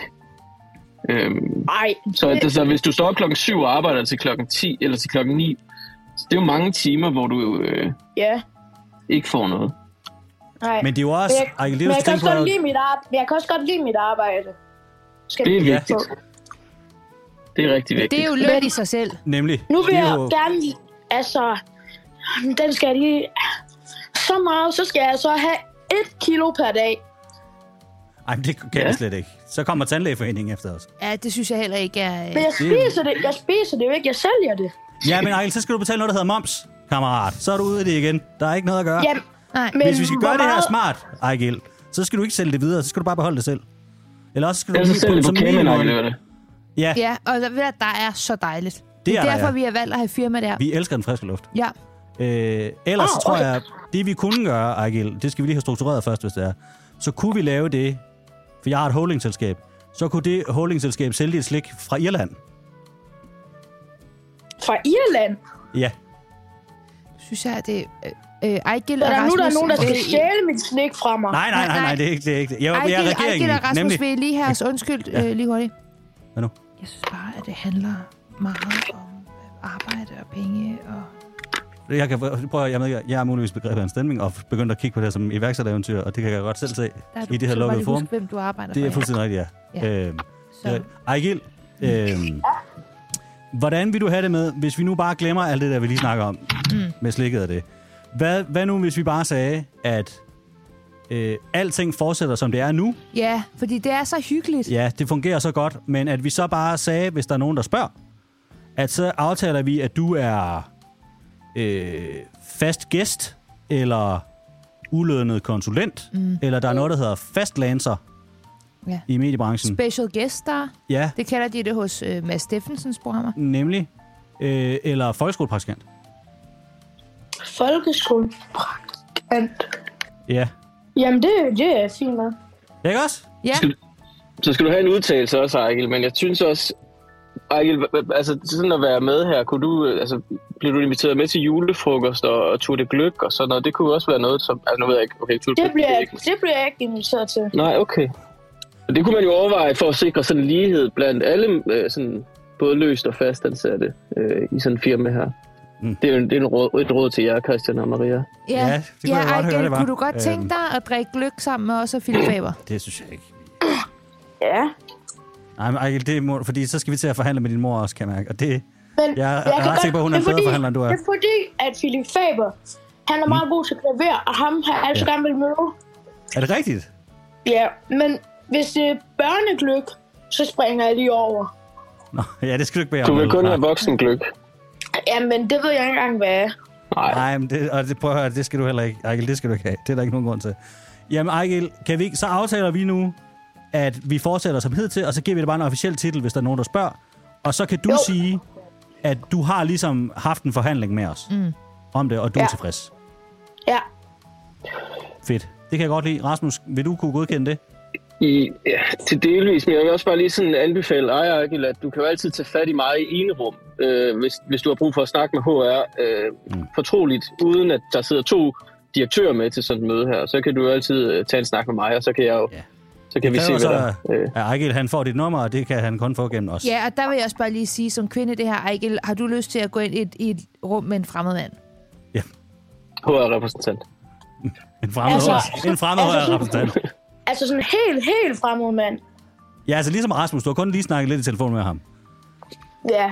Øhm, Ej, så, det, så hvis du står op klokken syv og arbejder til klokken ti eller til klokken ni, så det er jo mange timer, hvor du øh, ja. ikke får noget. Nej. Men det er jo også... Men jeg, Ejgil, det men er jeg, jo kan tænke også på... godt lide mit arbejde. Men jeg kan også godt lide mit arbejde. Skal Det er vi- vigtigt. Det er rigtig vigtigt. Det er jo løn i sig selv. Nemlig. Nu vil det er jeg jo, gerne... Altså... Den skal lige... Så meget, så skal jeg så have et kilo per dag. Ej, men det kan ja. Ja. jeg slet ikke. Så kommer tandlægeforeningen efter os. Ja, det synes jeg heller ikke er... Men jeg spiser det, jeg spiser det jo ikke, jeg sælger det. Ja, men Ejgil, så skal du betale noget, der hedder moms, kammerat. Så er du ude i det igen. Der er ikke noget at gøre. Jamen, Nej. men Hvis vi skal hvor gøre det her meget- smart, Ejgil, så skal du ikke sælge det videre. Så skal du bare beholde det selv. Eller også skal du... Ellers så sælger det på som Cayman, minimum- Ejgil, eller hvad? Ja, Ja, og der, ved du, der er så dejligt. Det Det er, er der, derfor, ja. vi har valgt at have firma der. vi elsker den friske luft. Ja. Øh, ellers Ah, oh, tror okay. jeg, det vi kunne gøre, Ejgil, det skal vi lige have struktureret først, hvis det er. Så kunne vi lave det, for jeg har et holdingselskab, så kunne det holdingselskab sælge et slik fra Irland. Fra Irland? Ja. Synes jeg, at det... Øh, øh, Ejgil Så og der er nu, Rasmus... der er nogen, der skal vil- stjæle mit slik fra mig. Nej, nej, nej, Nej, nej, nej. det er ikke det. Er ikke det. Jeg, jeg Ejgil, er regeringen, Ejgil og Rasmus nemlig. vil lige have os undskyldt Ja. øh, lige hurtigt. Hvad nu? Jeg synes bare, at det handler meget om arbejde og penge og... Jeg kan prøve, jeg, med, jeg er muligvis begrebet af en stemning og begyndt at kigge på det som iværksættereventyr, og det kan jeg godt selv se Der er du, i det her så bare lukkede lige forum. huske, hvem du arbejder Det er for. fuldstændig rigtigt, ja. Ja. Øhm, Så, øh, Ejgil, øhm, hvordan vil du have det med, hvis vi nu bare glemmer alt det der, vi lige snakker om, mm. med slikket af det? Hvad, hvad nu, hvis vi bare sagde, at øh, alting fortsætter, som det er nu? ja, fordi det er så hyggeligt. Ja, det fungerer så godt, men at vi så bare sagde, hvis der er nogen, der spørger, at så aftaler vi, at du er øh, fast gæst, eller ulønnet konsulent, mm. eller der er noget, der hedder fastlancer Ja. i mediebranchen. Special guest star. Ja, Det kalder de det hos øh, Mads Steffensens programmer. nemlig. Øh, eller folkeskolepraktikant. Folkeskolepraktikant. Ja. Jamen, det, det er fint nok. Ikke også? Ja. Skal, så skal du have en udtalelse også, Ejgil, men jeg synes også, Ejgil, altså sådan at være med her, kunne du, altså, bliver du inviteret med til julefrokost og, og Tour de Gløk og sådan noget? Det kunne også være noget, som, altså nu ved jeg ikke, okay, Tour de Det Gløk, bliver, ikke. det bliver jeg ikke inviteret til. Nej, okay. Og det kunne man jo overveje for at sikre sådan lighed blandt alle, øh, sådan, både løst og fastansatte øh, i sådan en firma her. Mm. Det er jo det er en råd, et råd til jer, Christian og Maria. Ja, Ja, det kunne jeg godt Ejgil, høre, det var. kunne du godt tænke Øhm. dig at drikke gløk sammen med os og Philip Faber? Det synes jeg ikke. Ja. Nej, men Ejgil, det må, fordi så skal vi til at forhandle med din mor også, kan jeg mærke. Og det, Men jeg er jeg kan ret sikker på, at hun er en det bedre forhandler, end du er. Det er fordi, at Philip Faber, han er meget mm. god til klaver, og ham har jeg altid Ja. gerne vil møde. Er det rigtigt? Ja, men hvis det er børnegløk, så springer jeg lige over. Nå, ja, det skal du ikke bede om. Du vil vel? kun Nej. have voksengløk. Jamen, det ved jeg ikke engang, hvad er. Nej. Nej, men det, og det, prøv at høre, det skal du heller ikke. Ejgil, det skal du ikke have. Det er der ikke nogen grund til. Jamen, Ejgil, kan vi, så aftaler vi nu, at vi fortsætter som hidtil, og så giver vi det bare en officiel titel, hvis der er nogen, der spørger. Og så kan du Jo. sige, at du har ligesom haft en forhandling med os mm. om det, og du ja. er Ja. tilfreds. Ja. Fedt. Det kan jeg godt lide. Rasmus, vil du kunne godkende det? I, ja, til delvis, men jeg vil også bare lige sådan anbefale dig, Ejgil, at du kan jo altid tage fat i mig i enerum, øh, hvis, hvis du har brug for at snakke med H R øh, mm. fortroligt, uden at der sidder to direktører med til sådan et møde her. Så kan du jo altid øh, tage en snak med mig, og så kan jeg jo Ja. så kan vi se, hvad så, der øh. at Ejgil, han får dit nummer, og det kan han kun få gennem os. Ja, og der vil jeg også bare lige sige, som kvinde det her, Ejgil, har du lyst til at gå ind i et, i et rum med en fremmed mand? Ja. H R-repræsentant. En fremmed, Altså- altså, en fremmed altså- repræsentant. Altså sådan helt, helt fremmed mand. Ja, altså ligesom Rasmus, du har kun lige snakket lidt i telefon med ham. Ja.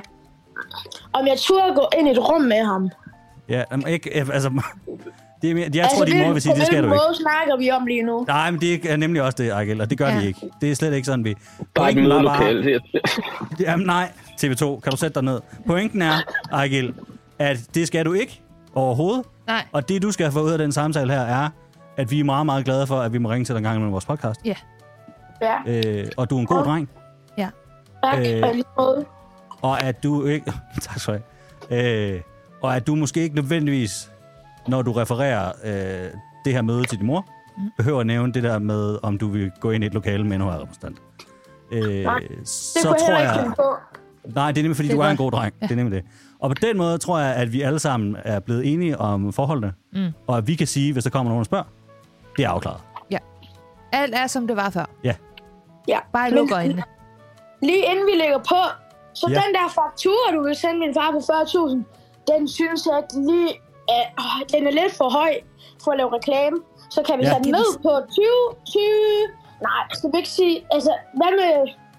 Om jeg turde gå ind i et rum med ham. Ja, jamen, ikke, altså... Det er mere, jeg altså, tror, din mor vil sige, det skal du På ikke. hvilken måde snakker vi om lige nu? Nej, men det er nemlig også det, Ejgil, og det gør Ja. de ikke. Det er slet ikke sådan, vi... Bare et Pointen var mødelokale. Jamen nej, T V to, kan du sætte dig ned? Pointen er, Ejgil, at det skal du ikke overhovedet. Nej. Og det, du skal få ud af den samtale her, er, at vi er meget, meget glade for, at vi må ringe til dig en gang med vores podcast. Ja. Ja. Øh, og du er en god Ja. dreng. Ja. Tak. Øh. Øh. Lige måde. Og at du ikke... tak skal du have. Øh, og at du måske ikke nødvendigvis, når du refererer øh, det her møde til din mor, mm. behøver at nævne det der med, om du vil gå ind i et lokale med en H R-repræsentant. Øh, Nej, så Det kunne jeg tror heller ikke jeg... finde på. Nej, det er nemlig, fordi Det er du er en godt. god dreng. Ja. Det er nemlig det. Og på den måde tror jeg, at vi alle sammen er blevet enige om forholdene, mm. og at vi kan sige, hvis der kommer nogen og spørger, det er afklaret. Ja. Alt er, som det var før. Ja. Ja. Bare Men luk øjnene. lige inden vi lægger på, så Ja. den der faktura, du vil sende min far på fyrre tusind, den synes jeg ikke lige, at åh, den er lidt for høj for at lave reklame. Så kan vi Ja. sætte den ned på tyve, tyve... Nej, skal vi ikke sige... Altså, hvad med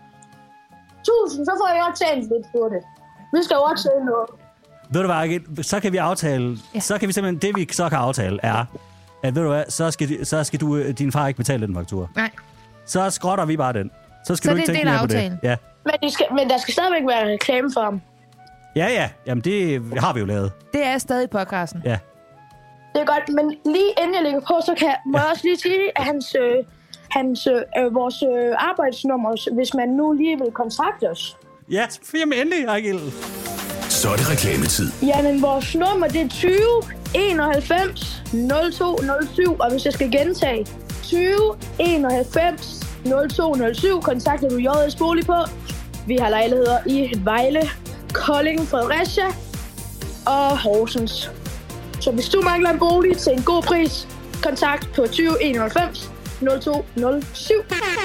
tusind, så får jeg også tjent lidt på det. Vi skal jo også tjene noget. Ved du hvad, Agil? Så kan vi aftale, Ja. så kan vi simpelthen, det vi så kan aftale er, at ved du hvad, så skal, de- så skal du, din far ikke betale den faktura. Nej. Så skrotter vi bare den. Så skal Så du det ikke er tænke en del af mere på det. aftalen. Ja. Men, de skal, men der skal stadigvæk være reklame for ham. Ja, ja. Jamen, det har vi jo lavet. Det er stadig podcasten. Ja. Det er godt, men lige inden jeg lægger på, så kan, må jeg også lige sige, at hans, øh, hans, øh, vores øh, arbejdsnummer, hvis man nu lige vil kontakte os. Ja, jamen endelig, Agil. Så er det reklametid. Jamen, vores nummer, det er tyve enoghalvfems nul to nul syv, og hvis jeg skal gentage, tyve enoghalvfems nul to nul syv, kontakter du J S Bolig på. Vi har lejligheder i Vejle, Kolding, Fredericia og Horsens. Så hvis du mangler en bolig til en god pris, kontakt på tyve enoghalvfems nul to nul syv.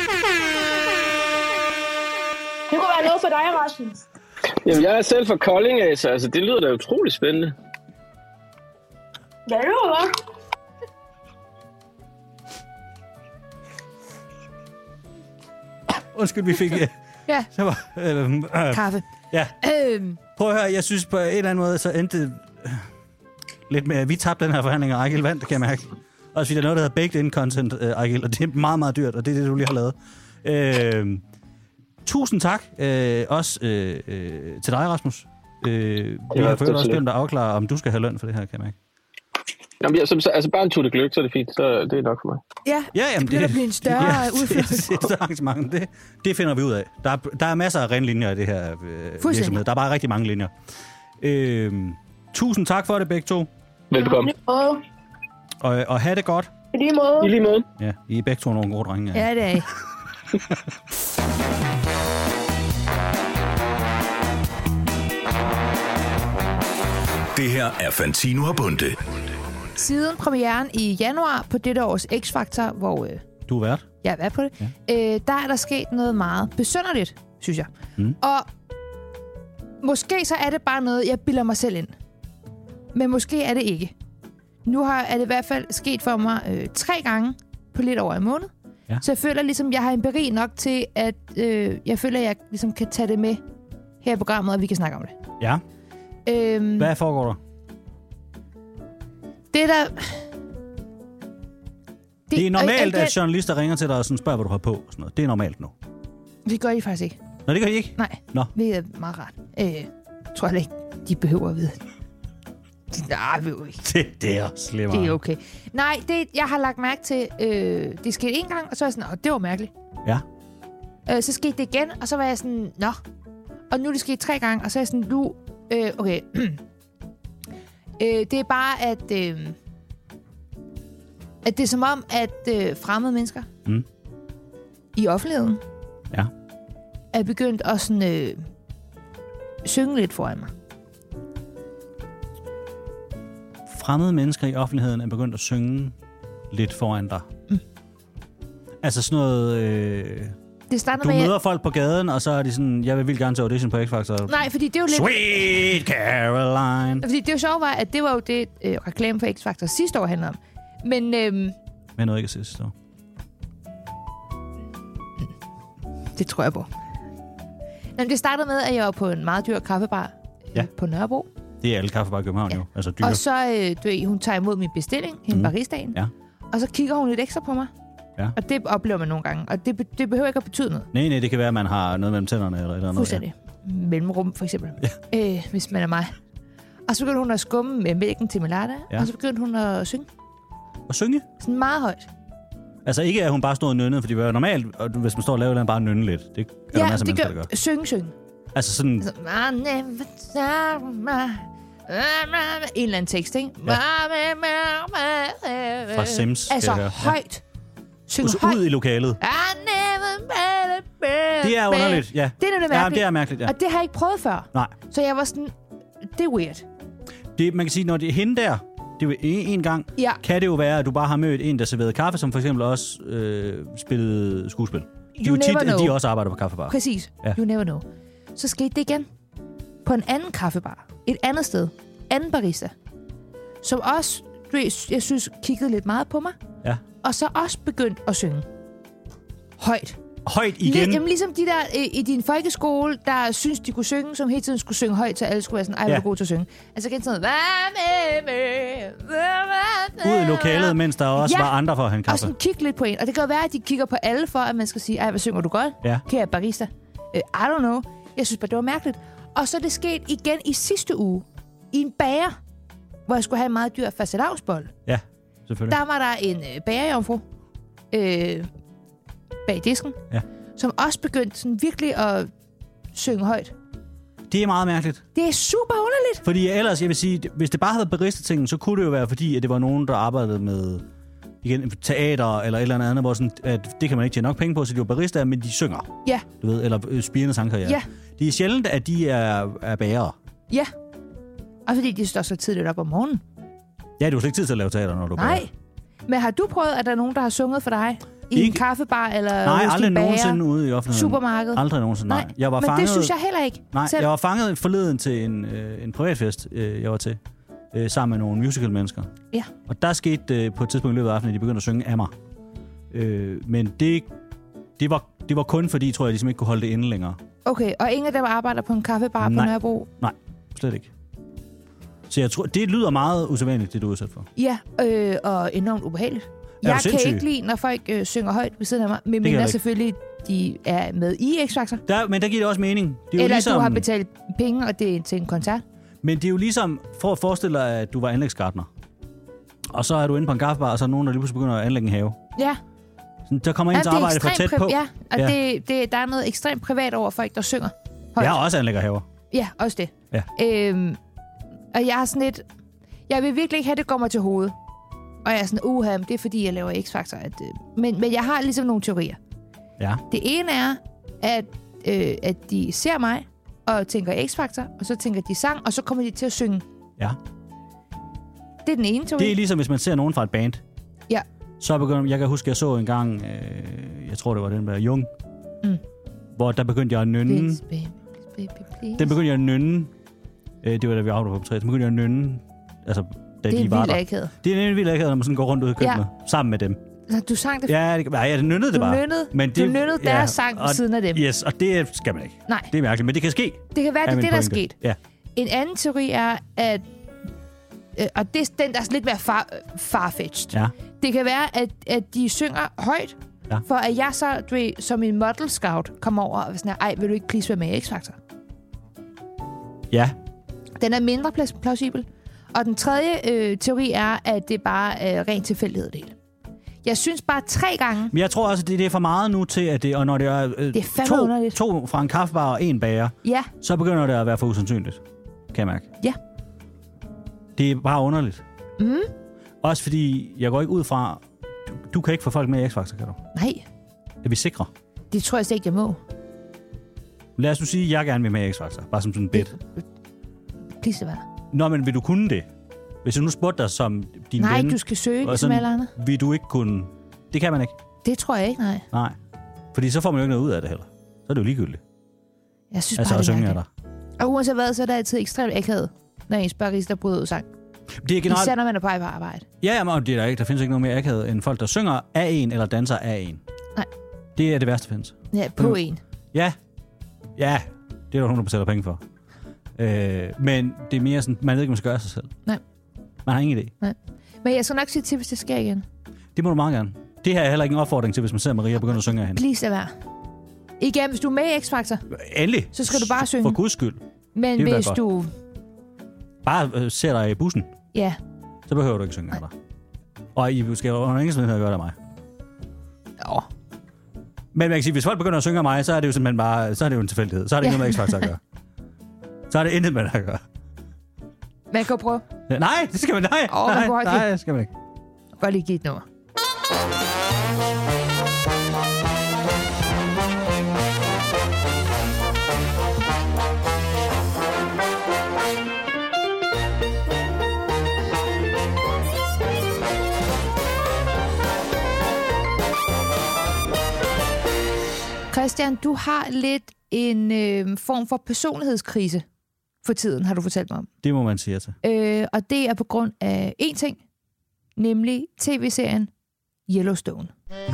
Det kunne være noget for dig, Rasmus. Jamen, jeg er selv fra Kolding af, så altså, det lyder da utroligt spændende. Ja, det var godt. Undskyld, vi fik... Ja. Så var, øh, øh, Kaffe. ja. Øhm, Prøv at høre, jeg synes på en eller anden måde, så endte det øh, lidt med, at vi tabte den her forhandling, og Agil vandt, det kan jeg mærke. Også fordi der er noget, der hedder baked in content, øh, Agil, og det er meget, meget dyrt, og det er det, du lige har lavet. Øh, tusind tak, øh, også øh, øh, til dig, Rasmus. Øh, vi Ja, har fået det er også så begyndt at afklare, om du skal have løn for det her, kan jeg mærke. Jamen, ja, så, altså bare en tur til gløk, så er det fint. Så det er nok for mig. Ja, Ja, jamen, det bliver det, blive en større ja, udflytning. Det, det, det, arrangement, det, det finder vi ud af. Der er, der er masser af renlinjer i det her øh, virksomhed. Der er bare rigtig mange linjer. Øh, tusind tak for det, begge to. Velbekomme. Og Og, og have det godt. i lige måde. I lige måde. Ja, I er begge to nogle gode drenge. Ja, det er I. Det her er Fantino og Bunde. Siden premieren i januar på dette års X-Factor, hvor øh, Du er vært. jeg er været på det, ja. øh, der er der sket noget meget besynderligt, synes jeg. Mm. Og måske så er det bare noget, jeg bilder mig selv ind. Men måske er det ikke. Nu har, er det i hvert fald sket for mig øh, tre gange på lidt over en måned. Ja. Så jeg føler ligesom, jeg har empiri nok til, at øh, jeg føler, at jeg ligesom kan tage det med her i programmet, og vi kan snakke om det. Ja. Øhm, Hvad foregår der? Det der... Det, Det er normalt, og, og, at journalister ringer til dig og sådan spørger, hvad du har på. Og sådan noget. Det er normalt nu. Det gør de faktisk ikke. Nå, det gør de ikke? Nej, Nå. det er meget rart. Øh, jeg tror heller ikke, de behøver at vide. Nej, det er ikke. Det, det er også lidt meget. Det er okay. Nej, det, jeg har lagt mærke til, øh, det skete en gang, og så var jeg sådan, åh, det var mærkeligt. Ja. Øh, så skete det igen, og så var jeg sådan, nå. Og nu er det sket tre gange, og så er jeg sådan, nu, øh, okay. øh, det er bare, at, øh, at det er som om, at øh, fremmede mennesker Mm. i offentligheden Ja. er begyndt at sådan, øh, synge lidt foran mig. Fremmede mennesker i offentligheden er begyndt at synge lidt foran dig. Mm. Altså sådan noget... Øh, Det starter du med, møder folk på gaden, og så er de sådan, jeg vil vildt gerne til audition på X-Factor. nej, fordi det er jo lidt... Sweet Caroline. Fordi det jo sjovt var, at det var jo det, øh, reklame for X-Factor sidste år handlede om. Men øhm, Men noget ikke at se sidste år. det tror jeg på. Jamen, det startede med, at jeg var på en meget dyr kaffebar øh, Ja. på Nørrebro. Det er alle kaffebar i København Ja. jo. Altså dyre. Og så, øh, du ved, hun tager imod min bestilling, hende Mm. mm. baristaen. Ja. Og så kigger hun lidt ekstra på mig. Ja. Og det oplever man nogle gange. Og det, be- det behøver ikke at betyde noget. Nej, nej, det kan være, at man har noget mellem tænderne eller et eller andet. Fuldstændig. Ja. Mellemrum, for eksempel. Ja. Øh, hvis man er mig. Og så begyndte hun at skumme med mælken til Melada. Ja. Ja. Og så begyndte hun at synge. Ja. Og synge? Sådan meget højt. Altså ikke, at hun bare stod og nynnede, fordi det var normalt, og hvis man står og laver noget, bare nynne lidt. Det er der Ja, masser af det mennesker, der gør gør. synge, synge. Altså sådan... Altså, I never tell my- en eller anden tekst, ikke? Ja. Fra Fra Sims, kan Altså jeg høre. Ja. højt. Syng Så højt. ud i lokalet. I never met a bear. Det er underligt, ja. Det er nemlig Ja, mærkeligt. det er mærkeligt, ja. Og det har jeg ikke prøvet før. Nej. Så jeg var sådan, det er weird. Det, man kan sige, når det er hende der, det er jo en, en gang, Ja. kan det jo være, at du bare har mødt en, der serverede kaffe, som for eksempel også øh, spillede skuespil. De er You jo tit, never know. at de også arbejder på kaffebar. Præcis. Ja. You never know. Så skete det igen. På en anden kaffebar. Et andet sted. Anden barista. Som også, du ved, jeg synes, kiggede lidt meget på mig. Ja. Og så også begyndt at synge. Højt. Højt igen. Lig, jamen, ligesom de der øh, i din folkeskole, der synes, de kunne synge, som hele tiden skulle synge højt, så alle skulle være sådan, ej, hvor Ja. er du god til at synge. Altså igen sådan noget, hvad med, hvad med, Ud i lokalet, mens der også Ja. var andre for at have en og kaffe. sådan kigge lidt på en. Og det kan jo være, at de kigger på alle for, at man skal sige, ej, hvad synger du godt? Ja. Kære barista. Uh, I don't know. Jeg synes bare, det var mærkeligt. Og så er det sket igen i sidste uge. I en bager, hvor jeg skulle have en meget dyr fastelavnsbolle. Ja, selvfølgelig. Der var der en øh, bagerjomfru øh, bag disken, Ja. som også begyndte sådan virkelig at synge højt. Det er meget mærkeligt. Det er super underligt. Fordi ellers, jeg vil sige, hvis det bare havde været barista-tingen, så kunne det jo være fordi, at det var nogen, der arbejdede med igen, teater eller et eller andet, hvor sådan, at det kan man ikke tjene nok penge på, så de var barista, men de synger. Ja, Du ved, eller øh, spirende sangkarriere. Ja. Det er sjældent, at de er, er bærere. ja. Og fordi de står så tidligt op om morgenen. Ja, du har slet ikke tid til at lave teater, når du er Nej. bager. Men har du prøvet, at der er nogen, der har sunget for dig? I Ikke- en kaffebar eller Nej, hos aldrig din bager? nogensinde ude i offentligheden. Supermarked? Aldrig nogensinde, nej. Nej, Jeg var men fanget, det synes jeg heller ikke. Nej, Selv. jeg var fanget forleden til en, øh, en privatfest, øh, jeg var til, øh, sammen med nogle musical-mennesker. Ja. Og der skete øh, på et tidspunkt i løbet af aftenen, at de begyndte at synge af mig. Øh, men det, det, var, det var kun fordi, tror jeg, de simpelthen ikke kunne holde det inde længere. Okay, og ingen af dem arbejder på en kaffebar Nej. på Nørrebro? Nej, slet ikke. Så jeg tror, det lyder meget usædvanligt, det du er udsat for. Ja, øh, og enormt ubehageligt. du Jeg kan sindssyg? ikke lide, når folk øh, synger højt ved siden af mig, jeg medmindre ikke. selvfølgelig, de er med i X-Factor. Der, men der giver det også mening. Det er jo Eller ligesom, du har betalt penge, og det er til en koncert. Men det er jo ligesom, for at forestille dig, at du var anlægsgartner. Og så er du inde på en kaffebar, og så er nogen, der lige pludselig begynder at anlægge en have. Ja. Så der kommer ens ja, arbejde for tæt på. Ja, og ja. Det, det, der er noget ekstremt privat over folk, der synger højt. Jeg har også anlægger haver. Ja, også det. Ja. Øhm, og jeg er sådan lidt... Jeg vil virkelig ikke have, det går mig til hovedet. Og jeg er sådan, uha, det er fordi, jeg laver X-Factor. At, øh, men, men jeg har ligesom nogle teorier. Ja. Det ene er, at, øh, at de ser mig og tænker X-Factor, og så tænker de sang, og så kommer de til at synge. Ja. Det er den ene teori. Det er ligesom, hvis man ser nogen fra et band. Ja. Så begynder jeg kan huske, jeg så en gang, øh, jeg tror, det var den der Jung, mm. hvor der begyndte jeg at nynne. Please, baby, please, baby, please. Den begyndte jeg at nynne. Øh, det var da vi afdrog på tre. Den begyndte jeg at nynne. Altså, da det er de en var vild der. akavet. Det er en vild akavet, når man sådan går rundt ud i køkkenet ja. sammen med dem. Så du sang det? Ja, det, ja, jeg nynnede det du bare. Nynnede, men det, du nynnede ja, deres sang ved siden af dem. Yes, og det skal man ikke. Nej. Det er mærkeligt, men det kan ske. Det kan være, det er det, der er sket. Ja. En anden teori er, at... Øh, og det er den, der er lidt mere far, farfetched. Ja. Det kan være, at, at de synger højt, ja. for at jeg så, du ved, som en model scout, kommer over og sådan her, ej, vil du ikke please være med i X-Factor? Ja. Den er mindre plaus- plausibel. Og den tredje øh, teori er, at det er bare øh, rent tilfældighed det hele. Jeg synes bare tre gange... Men jeg tror også, at det, det er for meget nu til, at det... Og når det er, øh, det er to, to fra en kaffebar og en bager, ja. så begynder det at være for usandsynligt. Kan jeg mærke. Ja. Det er bare underligt. Mm. Også fordi, jeg går ikke ud fra... Du, du kan ikke få folk med i X-Factor, kan du? Nej. Er vi sikre? Det tror jeg slet ikke, jeg må. Lad os nu sige, at jeg gerne vil med i X-Factor. Bare som sådan en bit. Please, hvad? Nå, men vil du kunne det? Hvis jeg nu spurgte dig som din nej, ven... Nej, du skal søge, sådan, som alle andre. Vil du ikke kunne... Det kan man ikke. Det tror jeg ikke, nej. Nej. Fordi så får man jo ikke noget ud af det heller. Så er det jo ligegyldigt. Jeg synes altså, bare, det er der. Og uanset hvad, så er det altid ekstremt akavet, når ens barista bryder ud sang. Det er generelt... Især når man er på vej på arbejde. Ja, jamen, det er der ikke. Der findes ikke noget mere akavet end folk, der synger af en eller danser af en. Nej. Det er det værste, der findes. Ja, på mm. en. Ja. Ja. Det er der nogen, der betaler penge for. Øh, men det er mere sådan, man ved ikke, man skal gøre sig selv. Nej. Man har ingen idé. Nej. Men jeg skal nok sige til, hvis det sker igen. Det må du meget gerne. Det her er heller ikke en opfordring til, hvis man ser Maria begynde at synge af hende. Please, lad være. Igen, hvis du er med i X-Factor, endelig. Så skal du bare synge. For guds skyld. Men hvis du... Bare øh, ser dig i bussen. Ja. Så behøver du ikke synge af dig. Og I skal jo under ingen smidighed gøre det af mig. Jo. Men man kan sige, hvis folk begynder at synge af mig, så er det jo simpelthen bare, så er det jo en tilfældighed. Så er det ikke ja. noget med X-Factor at gøre. Så er det intet med det at gøre. Man kan prøve. Ja, nej, det skal man nej. Oh, nej, man nej, det skal man ikke. Godt lige give et nummer. Christian, du har lidt en øh, form for personlighedskrise for tiden, har du fortalt mig om. Det må man sige til. Øh, og det er på grund af én ting, nemlig tv-serien Yellowstone.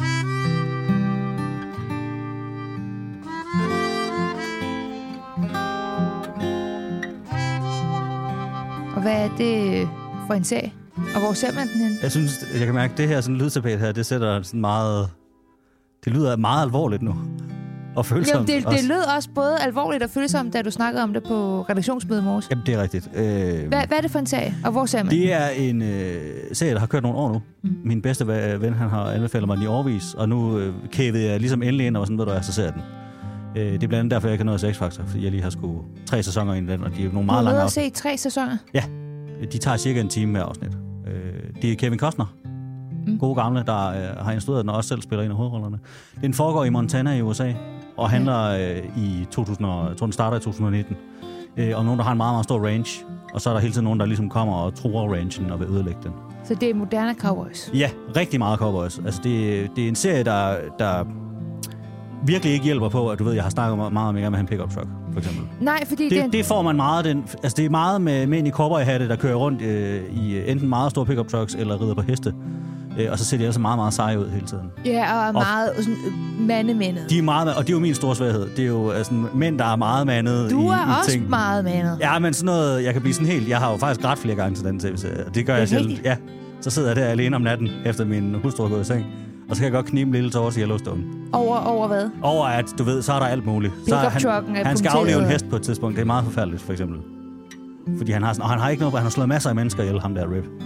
Og hvad er det for en serie? Og hvor ser man den hen? Jeg synes, jeg kan mærke, at det her sådan lydtapet her, det sætter sådan meget... Det lyder meget alvorligt nu. Og følsomt. Jamen, det, det lød også både alvorligt og følsomt, da du snakkede om det på redaktionsmødet i morges. Jamen, det er rigtigt. Øh, hvad, hvad er det for en serie, og hvor ser man det? Det er en øh, serie, der har kørt nogle år nu. Mm. Min bedste ven, han har anbefalet mig den i årvis, og nu øh, kævede jeg ligesom endelig ind, og sådan, ved du, jeg så ser den. Øh, det er blandt andet derfor, jeg ikke har nået X-Factor, fordi jeg lige har sgu tre sæsoner ind i den, og de er nogle meget lange afsnit. Du har se tre sæsoner? Ja, de tager cirka en time hver afsnit. Øh, det er Kevin Costner. Mm. Gode gamle, der øh, har instrueret den og også selv spiller en af hovedrollerne. Den foregår i Montana i U S A, og handler øh, i to tusind og, jeg tror, den starter i to tusind og nitten. Øh, om nogen, der har en meget, meget stor range, og så er der hele tiden nogen, der ligesom kommer og truer rangen og vil ødelægge den. Så det er moderne cowboys? Ja, rigtig meget cowboys. Altså, det, det er en serie, der, der virkelig ikke hjælper på, at du ved, jeg har snakket meget om, at jeg med en pickup truck, for eksempel. Nej, fordi det, den... det får man meget, den, altså det er meget med mænd i cowboyhatte, der kører rundt øh, i enten meget store pickup trucks eller rider på heste. Øh, og så ser de altså meget, meget seje ud hele tiden. Ja, og er meget og, sådan, mandemændet. De er meget, og det er jo min store svaghed. Det er jo altså, mænd, der er meget mandet. Du i, er i også ting. meget mandet. Ja, men sådan noget, jeg kan blive sådan helt... Jeg har jo faktisk grædt flere gange til den tv-serie. Det gør det jeg selv. Rigtigt. Ja, så sidder jeg der alene om natten, efter min hustru er gået i seng. Og så kan jeg godt knibe en lille tårer til Yellowstone. Over, over hvad? Over at, du ved, så er der alt muligt. Så er han, er han skal afleve en hest på et tidspunkt. Det er meget forfærdeligt, for eksempel. Fordi han har, sådan, og han har ikke noget, han har slået masser af mennesker ihjel, ham der Rip.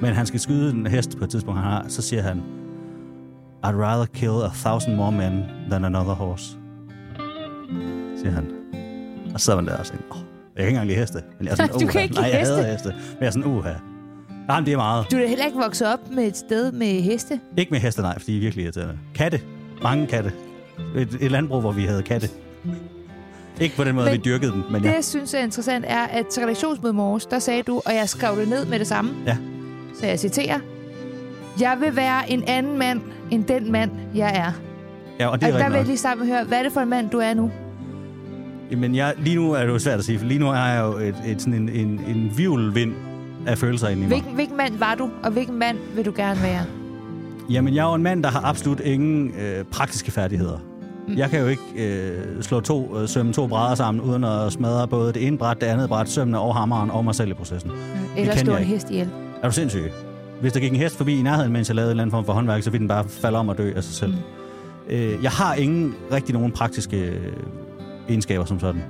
Men han skal skyde en hest på et tidspunkt, han har, så siger han, I'd rather kill a thousand more men than another horse. Siger han. Og så sidder man der og siger, åh, jeg kan ikke engang lide heste. Men jeg er sådan, Du kan ikke nej, lide jeg heste? hader heste. Men jeg er sådan, uha. Jamen, det er meget. Du er da heller ikke vokset op med et sted med heste? Ikke med heste, nej, fordi de er virkelig irriterende. Katte. Mange katte. Et, et landbrug, hvor vi havde katte. Ikke på den måde, Men vi dyrkede dem, men Det, ja. jeg synes er interessant, er, at til redaktionsmødet morges, der sagde du, og jeg skrev det ned med det samme. Ja. Så jeg citerer. Jeg vil være en anden mand, end den mand, jeg er. Ja, og det er Og der vil rigtigt jeg nok. lige starte med at høre, hvad er det for en mand, du er nu? Jamen, jeg, lige nu er det jo svært at sige, for lige nu er jeg jo et, et, sådan en, en, en virvelvind af følelser inde i mig. Hvilken, hvilken mand var du, og hvilken mand vil du gerne være? Jamen, jeg er jo en mand, der har absolut ingen øh, praktiske færdigheder. Mm. Jeg kan jo ikke øh, slå to, øh, sømme to brædder sammen, uden at smadre både det ene bræt, det andet bræt, sømmene og hammeren og mig selv i processen. Eller kan slå jeg en ikke. hest ihjel? Er du sindssyg? Hvis der gik en hest forbi i nærheden, mens jeg lavede en eller anden form for håndværk, så ville den bare falde om og dø af sig selv. Mm. Øh, jeg har ingen rigtig nogen praktiske øh, egenskaber som sådan.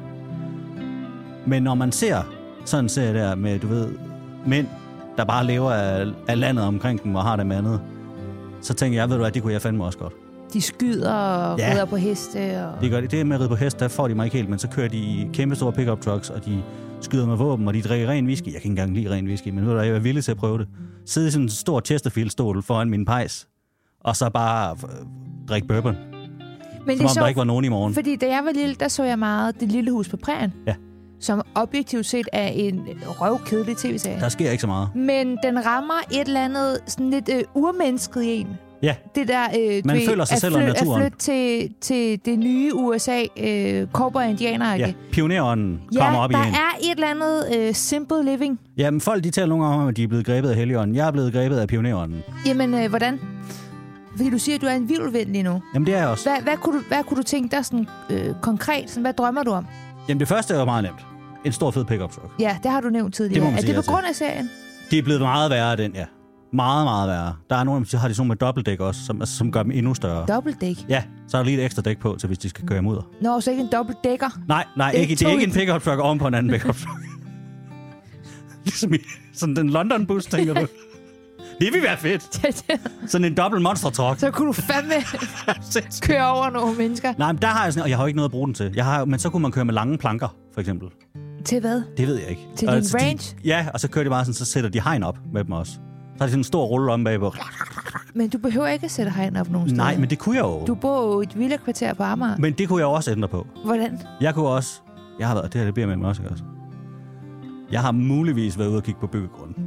Men når man ser sådan en serie der med, du ved, mænd, der bare lever af, af landet omkring dem og har det med andet, så tænker jeg, ved du hvad, det kunne jeg fandme også godt. De skyder og Ja. rider på heste. Og... Det gør det. Det med at ride på hest, der får de mig ikke helt, men så kører de i kæmpe store pickup trucks, og de skyder med våben, og de drikker ren whisky. Jeg kan ikke engang lide ren whisky, men ved du hvad, jeg er villig til at prøve det. Sidde i sådan en stor Chesterfield-stol foran min pejs, og så bare øh, drikke bourbon. Men Som om der ikke var nogen i morgen. Fordi da jeg var lille, der så jeg meget Det Lille Hus på Prærien. Ja. Som objektivt set er en røvkedelig tv-serie. Der sker ikke så meget. Men den rammer et eller andet sådan lidt øh, urmennesket i en. Ja, Det der, øh, Man du ved, føler sig at selv og fly- naturen. At flytte til, til det nye U S A, øh, cowboy indianer ja. Pionerånden ja, kommer op i der en. er et eller andet øh, simple living. Jamen, folk de taler nogle gange om, at de er blevet grebet af Helligånden. Jeg er blevet grebet af Pionerånden. Jamen, øh, hvordan? Fordi du siger, at du er en virvelvind lige nu. Jamen, det er jeg også. Hvad, hvad, kunne, du, hvad kunne du tænke dig sådan, øh, konkret? Sådan, hvad drømmer du om? Jamen, det første er jo meget nemt. En stor fed pickup truck. Ja, det har du nævnt tidligere. Det må man er sige det ja på til. grund af serien? Det er blevet meget værre, den, ja. Meget, meget værre. Der er nogle, der har de sådan nogle med dobbeltdæk også, som, altså, som gør dem endnu større. Dobbeltdæk? Ja, så er der lige et ekstra dæk på, til hvis de skal køre imod. Nå, så ikke en dobbeltdækker? Nej, nej, Det er ikke, det er to ikke i- en pickup truck oven på en anden pickup truck. Ligesom i sådan den London-bus, tænker du. Det vil være fedt. Sådan en dobbelt monster truck. Så kunne du fandme køre over nogle mennesker. Nej, men der har jeg sådan, og jeg har jo ikke noget at bruge den til. Jeg har, men så kunne man køre med lange planker, for eksempel. Til hvad? Det ved jeg ikke. Til Og din så de- range? Ja, og så kører de bare sådan, så sætter de hegn op med dem også. Så har de sådan en stor rulle om bagpå. Men du behøver ikke at sætte hegn op nogen steder. Nej, men det kunne jeg jo. Du bor jo i et villakvarter på Amager. Men det kunne jeg jo også ændre på. Hvordan? Jeg kunne også... Jeg har været... Det her, det bliver med mig også, ikke også? Jeg har muligvis været ude og kigge på byggegrunden.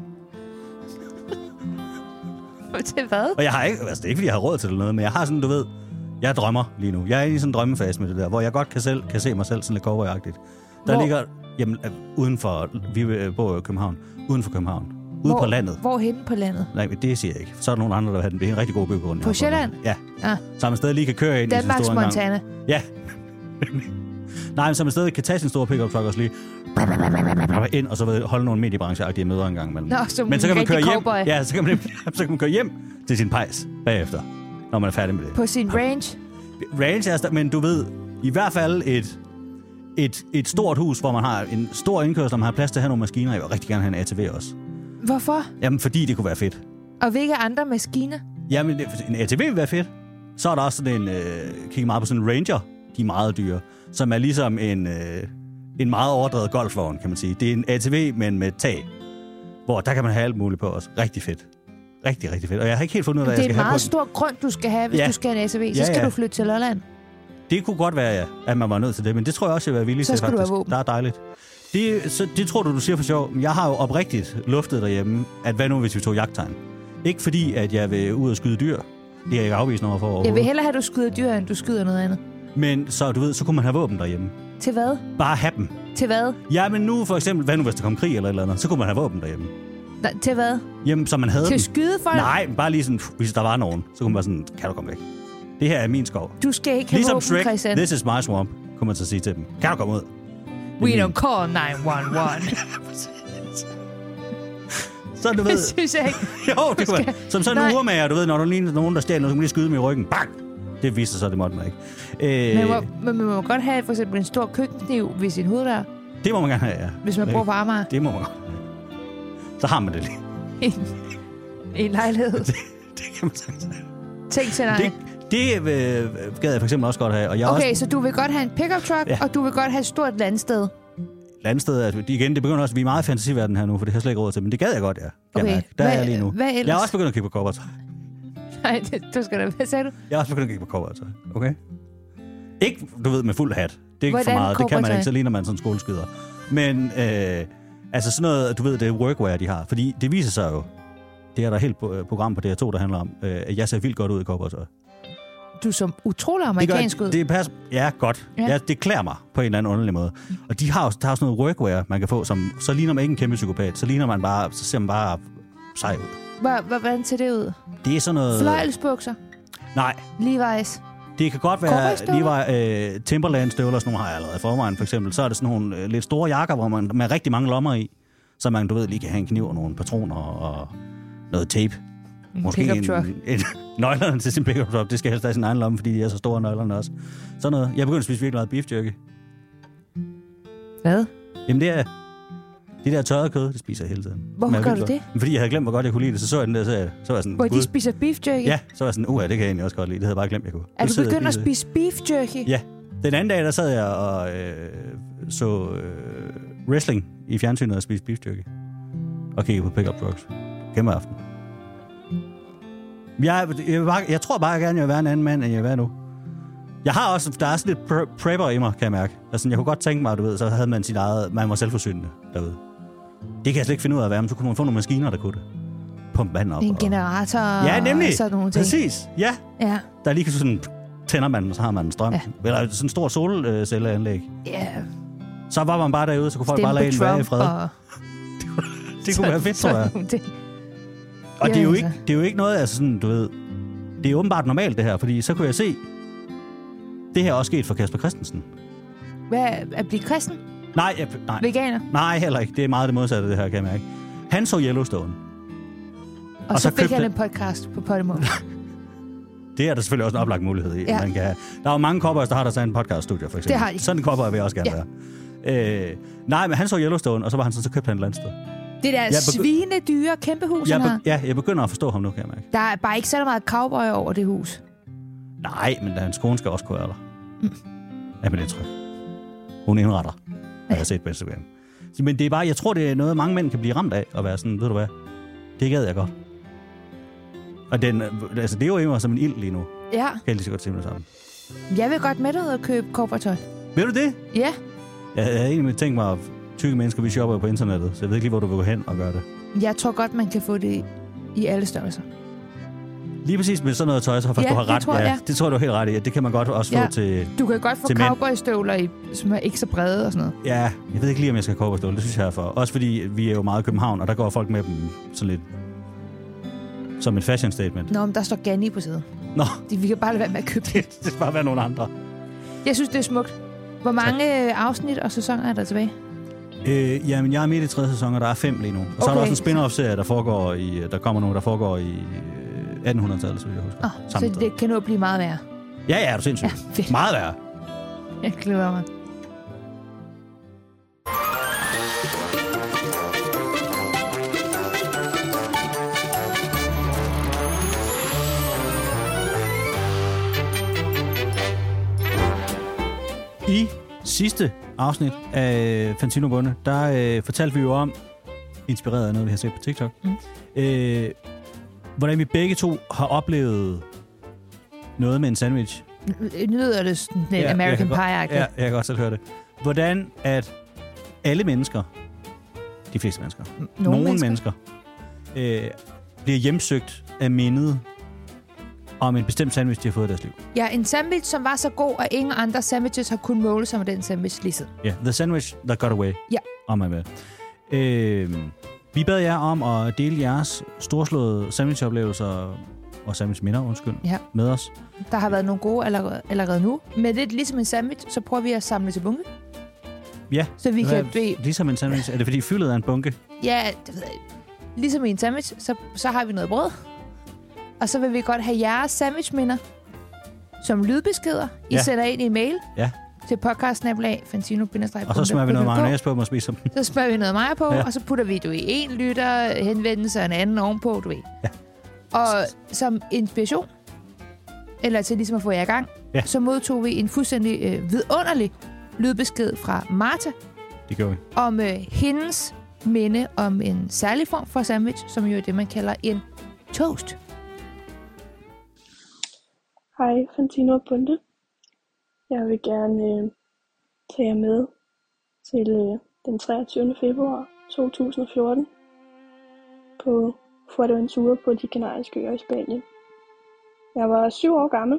Til hvad? Og jeg har ikke... Altså, det er ikke, fordi jeg har råd til det eller noget, men jeg har sådan, du ved... Jeg drømmer lige nu. Jeg er i sådan en drømmefase med det der, hvor jeg godt kan, selv, kan se mig selv sådan lidt cowboyagtigt. Der Hvor? ligger... Jamen, øh, uden for... Vi øh, bor jo i København. Uden for København. Ude Hvor, på landet. Hvor henne på landet? Nej, men det siger jeg ikke. Så er der nogle andre, der vil have den. Det er en rigtig god byggegrund. På Sjælland? Ja. Ah, Så man stadig lige kan køre ind i sin Danmarks store Montana. gang. Ja. Nej, men så man stadig kan tage sin store pickup truck også lige ind, og så ved, holde nogle mediebrancheagtige møder en gang imellem. Nå, som Men så kan man en køre rigtig hjem. cowboy. Ja, så kan man, så kan man køre hjem til sin pejs bagefter, når man er færdig med det. På sin range. Range er, sta- men du ved, i hvert fald et, et, et stort hus, hvor man har en stor indkørsel, og man har plads til at have nogle maskiner. Jeg vil rigtig gerne have en A T V også. Hvorfor? Jamen, fordi det kunne være fedt. Og hvilke andre maskiner? Jamen, det- en A T V vil være fedt. Så er der også sådan en, øh, kigge meget på sådan en Ranger, de er meget dyre, som er ligesom en, øh, en meget overdrevet golfvogn, kan man sige. Det er en A T V, men med tag, hvor der kan man have alt muligt på også. Rigtig fedt. Rigtig, rigtig fedt. Og jeg har ikke helt fundet ud af, hvad Det jeg er skal en have på meget den. stor grund, du skal have, hvis Ja. du skal have en A T V. Så Ja, skal ja. du flytte til Lolland. Det kunne godt være, ja, at man var nødt til det, men det tror jeg også, jeg vil være villig Så til, skal du faktisk. have våben. Der er dejligt. Det, så, det tror du, du siger for sjov. Men jeg har jo oprigtigt luftet derhjemme, at hvad nu, hvis vi tog jagttegn? Ikke fordi, at jeg vil ud og skyde dyr. Det er jeg ikke afvisende overfor Jeg vil overhovedet. hellere have, at du skyder dyr, end du skyder noget andet. Men så, du ved, så kunne man have våben derhjemme. Til hvad? Bare have dem. Til hvad? Ja, men nu for eksempel, hvad nu hvis der kom krig eller et eller andet, så kunne man have våben derhjemme. Da, til hvad? Jamen, så man havde Til dem. at skyde folk? Nej, bare lige sådan, hvis der var nogen, så kunne man bare sådan, kan du komme væk? Det her er min skov. Du skal ikke have Ligesom våben, Shrek, Christian. this is my swamp, kunne man så sige til dem. Kan du komme ud? We Det er don't call nine one one. Så du Det ved, synes jeg ikke. jo, det kunne være. Som sådan Nej. en urmager, du ved, når der ligner nogen, der stjæler noget, så kan man lige skyde dem i ryggen. Bang! Det viste sig så, det måtte man ikke. Øh, Men må, men man må godt have for eksempel en stor køkkenkniv ved sin hoveddør, det må man gerne have, ja. hvis man Øh, bor på Amager. Det må man godt. Så har man det lige. I en lejlighed. det, det kan man sagtens. Tænk til dig. Det, det øh, gad jeg for eksempel også godt have. Og jeg Okay, også, så du vil godt have en pickup truck, Ja. og du vil godt have et stort landsted. landsted, at igen, det begynder også, vi er meget i fantasiverden her nu, for det har jeg slet ikke råd til, men det gad jeg godt, ja. Kan Okay, jeg mærke. Der hvad- er jeg lige nu. hvad ellers? Jeg har også begyndt at kigge på cowboytøj. Nej, det, du skal da... Hvad sagde du? Jeg har også begyndt at kigge på cowboytøj, okay? Ikke, du ved, med fuld hat. Det er ikke Hvordan for meget. Det kan man cowboytøj? ikke, så ligner man sådan en skoleskider. Men, øh, altså sådan noget, du ved, det er workwear, de har. Fordi det viser sig jo, det er der et helt pro- program på D R to, der handler om, øh, at jeg ser vildt godt ud i cowboytøj. Du er som utrolig Det amerikansk gør, ud. det passer, ja, godt. Ja. Ja. Ja, det klæder mig på en eller anden underlig måde. Og de har jo der har sådan noget workwear, man kan få, som så ligner man ikke en kæmpe psykopat. Så ligner man bare, så ser man bare sej ud. Hvor- hvor- Hvordan ser det ud? Det er sådan noget... Fløjelsbukser? Nej, Levi's? det kan godt være Cowboystøvler? lige øh, Timberland-støvler, sådan nogle har jeg allerede i forvejen, for eksempel. Så er det sådan nogle øh, lidt store jakker, hvor man med rigtig mange lommer i, så man, du ved, lige kan have en kniv og nogle patroner og noget tape. Måske pickup en, truck. en, nøglerne til sin pickup truck, det skal helst have sin egen lomme, fordi de er så store, nøglerne også. Sådan noget. Jeg begyndte at spise virkelig meget beef jerky. Hvad? Jamen det er det der tørrede kød, det spiser jeg hele tiden. Hvorfor Men jeg gør ved du ikke, det? hvor- Fordi jeg havde glemt, hvor godt jeg kunne lide det, så så jeg den der serie. Så var jeg sådan, Hvor de gud. spiser beef jerky? Ja, så var jeg sådan, uha, det kan jeg egentlig også godt lide. Det havde jeg bare glemt, jeg kunne. Er Så du sidder jeg og begyndt at spiser det. spise beef jerky? Ja. Den anden dag, der sad jeg og øh, så øh, wrestling i fjernsynet og spiste beef jerky. Og kiggede på pickup trucks. Kæmpe aften. Jeg, jeg, vil bare, jeg tror bare gerne, jeg vil være en anden mand, end jeg vil være nu. Jeg har også, der er sådan lidt pre- prepper i mig, kan jeg mærke. Altså, jeg kunne godt tænke mig, du ved, så havde man sit eget, man var selvforsynende derude. Det kan jeg slet ikke finde ud af at være, men så kunne man få nogle maskiner, der kunne det. Pumpe vand op. En og- generator Ja, nemlig. og sådan nogle ting. Præcis, ja. Ja. Der lige kan sådan, tænder man, og så har man strøm. Ja. Ja. Eller sådan en stor solcelleanlæg. Ja. Så var man bare derude, så kunne folk Stemme bare lade på en være i Trump fred. og Det kunne være fedt, tror jeg. sådan nogle ting. Og det er, Ja, jo altså. ikke, det er jo ikke noget, altså sådan, du ved... Det er åbenbart normalt, det her, fordi så kunne jeg se... Det her er også sket for Kasper Christensen. Hvad? At blive kristen? Nej, jeg, nej, Veganer? nej, heller ikke. Det er meget det modsatte, det her, kan jeg mærke. Han så Yellowstone. Og, Og så, så fik købte- han en podcast på Podimo. Det er der selvfølgelig også en oplagt mulighed i, Ja. ja. man kan have. Der er jo mange cowboys, der har der sådan en podcaststudio, for eksempel. Det har de. Sådan en cowboy vil jeg også gerne Ja. være. Øh, nej, men han så Yellowstone, og så var han sådan, så købte han et landsted. Det der begy- svine, dyre, kæmpe hus, Jeg han har. be- ja, jeg begynder at forstå ham nu, kan jeg mærke. Der er bare ikke så meget cowboy over det hus. Nej, men hans kone skal også kunne være der. Mm. Ja, men det tror jeg. Hun indretter, har jeg set på Instagram. Men det er bare, jeg tror, det er noget, mange mænd kan blive ramt af, at være sådan, ved du hvad, det gad jeg godt. Og den, altså, det er jo i mig som en ild lige nu. Ja, Kan jeg lige så godt se med det sammen. jeg vil godt med dig ud og købe cowboytøj. Ved du det? Ja, Jeg havde egentlig tænkt mig, at tykke mennesker, vi shopper på internettet, så jeg ved ikke lige, hvor du vil gå hen og gøre det. jeg tror godt, man kan få det i alle størrelser. Lige præcis med sådan noget tøj, så har faktisk, Ja, du har det ret. tror jeg. det tror jeg, du er helt ret i. at Det kan man godt også få Ja. til... Du kan godt få Til mænd. cowboystøvler, i, som er ikke så brede og sådan noget. Ja, jeg ved ikke lige, om jeg skal have cowboystøvler. Det synes jeg er for. Også fordi vi er jo meget i København, og der går folk med dem sådan lidt som et fashion statement. Nå, men der står Ganni på siden. Nå, Det, vi kan bare lade være med at købe det. det skal bare være nogle andre. Jeg synes, det er smukt. Hvor mange tak. afsnit og sæsoner er der tilbage? Øh, jamen, jeg er midt i tredje sæson, og der er fem lige nu. Og så Okay. er der også en spin-off-serie, der foregår i... Der kommer nogle, der foregår i øh, attenhundredetallet, så jeg husker. Oh, så Samme sted. det kan nu blive meget værre. Ja, ja, er du sindssygt. Ja, fedt. Meget værre. Jeg glæder mig. I sidste afsnit af Fantino Bunde, der øh, fortalte vi jo om, inspireret af noget, vi har set på TikTok, Mm. øh, hvordan vi begge to har oplevet noget med en sandwich. Nu lyder det sådan en Ja, American jeg kan Pie-agtigt. godt, ja, jeg kan godt selv høre det. Hvordan at alle mennesker, de fleste mennesker, Nogle, nogle mennesker. mennesker, mennesker øh, bliver hjemsøgt af mindet om en bestemt sandwich, de har fået i deres liv. Ja, en sandwich, som var så god, at ingen andre sandwiches har kunnet måle sig med den sandwich lige siden. Ja, yeah, the sandwich that got away. Ja. Om man vil. Øh, vi bad jer om at dele jeres storslåede sandwichoplevelser og sandwichminder, undskyld, Ja. med os. Der har været nogle gode allerede, allerede nu. Men lidt ligesom en sandwich, så prøver vi at samle til bunke. Ja, Så vi kan... Hvad, Vi, ligesom en sandwich. Er det fordi fyldet er en bunke? ja, det ved jeg ikke. Ligesom i en sandwich, så, så har vi noget brød. Og så vil vi godt have jeres sandwichminder som lydbeskeder. I Ja. sender ind i en mail Ja. til podcastnabelag fantino bindestreg Og så smører vi noget mayonnaise på, og spiser dem. Så smører vi noget mayo på, Ja. og så putter vi du i en lytter henvendelse og en anden ovenpå, du ved. Ja. Og som inspiration, eller til ligesom at få jer i gang, Ja. så modtog vi en fuldstændig øh, vidunderlig lydbesked fra Martha Det gjorde vi. om øh, hendes minde om en særlig form for sandwich, som jo er det, man kalder en toast. Hej, Fantino og Bunde. Jeg vil gerne øh, tage jer med til øh, den treogtyvende februar to tusind og fjorten på Fuerteventura på de Kanariske Øer i Spanien. Jeg var syv år gammel,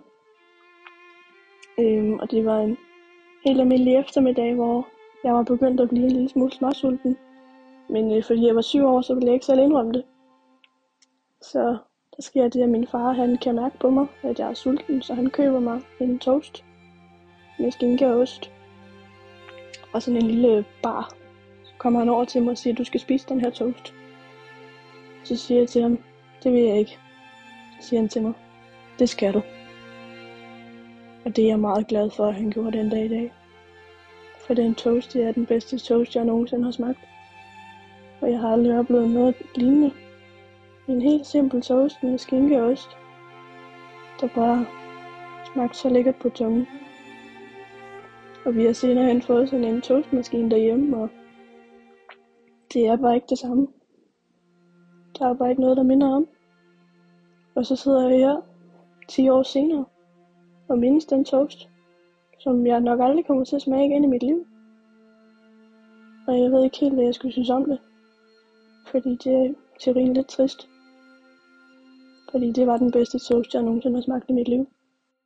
øhm, og det var en helt almindelig eftermiddag, hvor jeg var begyndt at blive en lille smule småsulten. Men øh, fordi jeg var syv år, så ville jeg ikke selv indrømme det. Så der sker det, at min far han kan mærke på mig, at jeg er sulten, så han køber mig en toast med skinke og ost. Og sådan en lille bar. Så kommer han over til mig og siger, at du skal spise den her toast. Så siger jeg til ham, det vil jeg ikke. Så siger han til mig, det skal du. Og det er jeg meget glad for, at han gjorde den dag i dag. For den toast, det er den bedste toast, jeg nogensinde har smagt. Og jeg har aldrig oplevet noget lignende. En helt simpel toast med skinke og ost, der bare smagte så lækkert på tungen. Og vi har senere hen fået sådan en toastmaskine derhjemme, og det er bare ikke det samme. Der er bare ikke noget, der minder om. Og så sidder jeg her ti år senere og mindes den toast, som jeg nok aldrig kommer til at smage igen i mit liv. Og jeg ved ikke helt, hvad jeg skulle synes om det. Fordi det er teorien lidt trist. Fordi det var den bedste toast, jeg nogensinde har smagt i mit liv.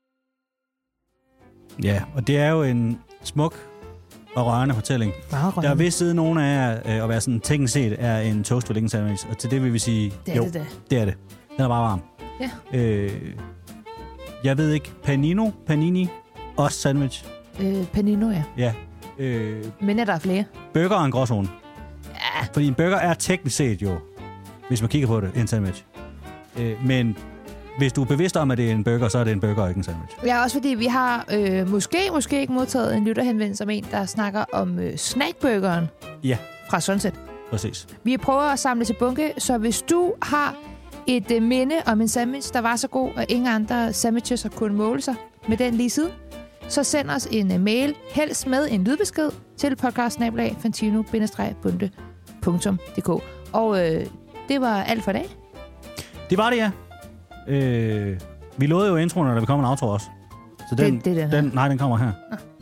Ja, og det er jo en smuk og rørende fortælling. Meget Der vil sidde nogen af jer øh, og være sådan, teknisk set er en toast for linken sandwich, og til det vil vi sige, Det er jo, det da. det er det. Den er bare varm. Ja. Øh, jeg ved ikke, panino, panini, også sandwich. Øh, panino, ja. Ja. Øh, Men er der flere? burger er en gråzone. Ja. Fordi en burger er teknisk set jo, hvis man kigger på det, en sandwich. Øh, men hvis du er bevidst om, at det er en burger, så er det en burger og ikke en sandwich. Ja, også fordi vi har øh, måske, måske ikke modtaget en lytterhenvendelse om en, der snakker om øh, snackburgeren Ja, fra Sunset. præcis. Vi prøver at samle til bunke, så hvis du har et øh, minde om en sandwich, der var så god, at ingen andre sandwiches har kunnet måle sig med den lige siden, så send os en øh, mail, helst med en lydbesked, til podcast snabel-a fantino bindestreg bunde punktum d k. Og øh, det var alt for i dag. Det var det, ja. Øh, vi lovede jo introen, når der kommer en outro også. Så den, Det- det er den her. den, nej, den kommer her.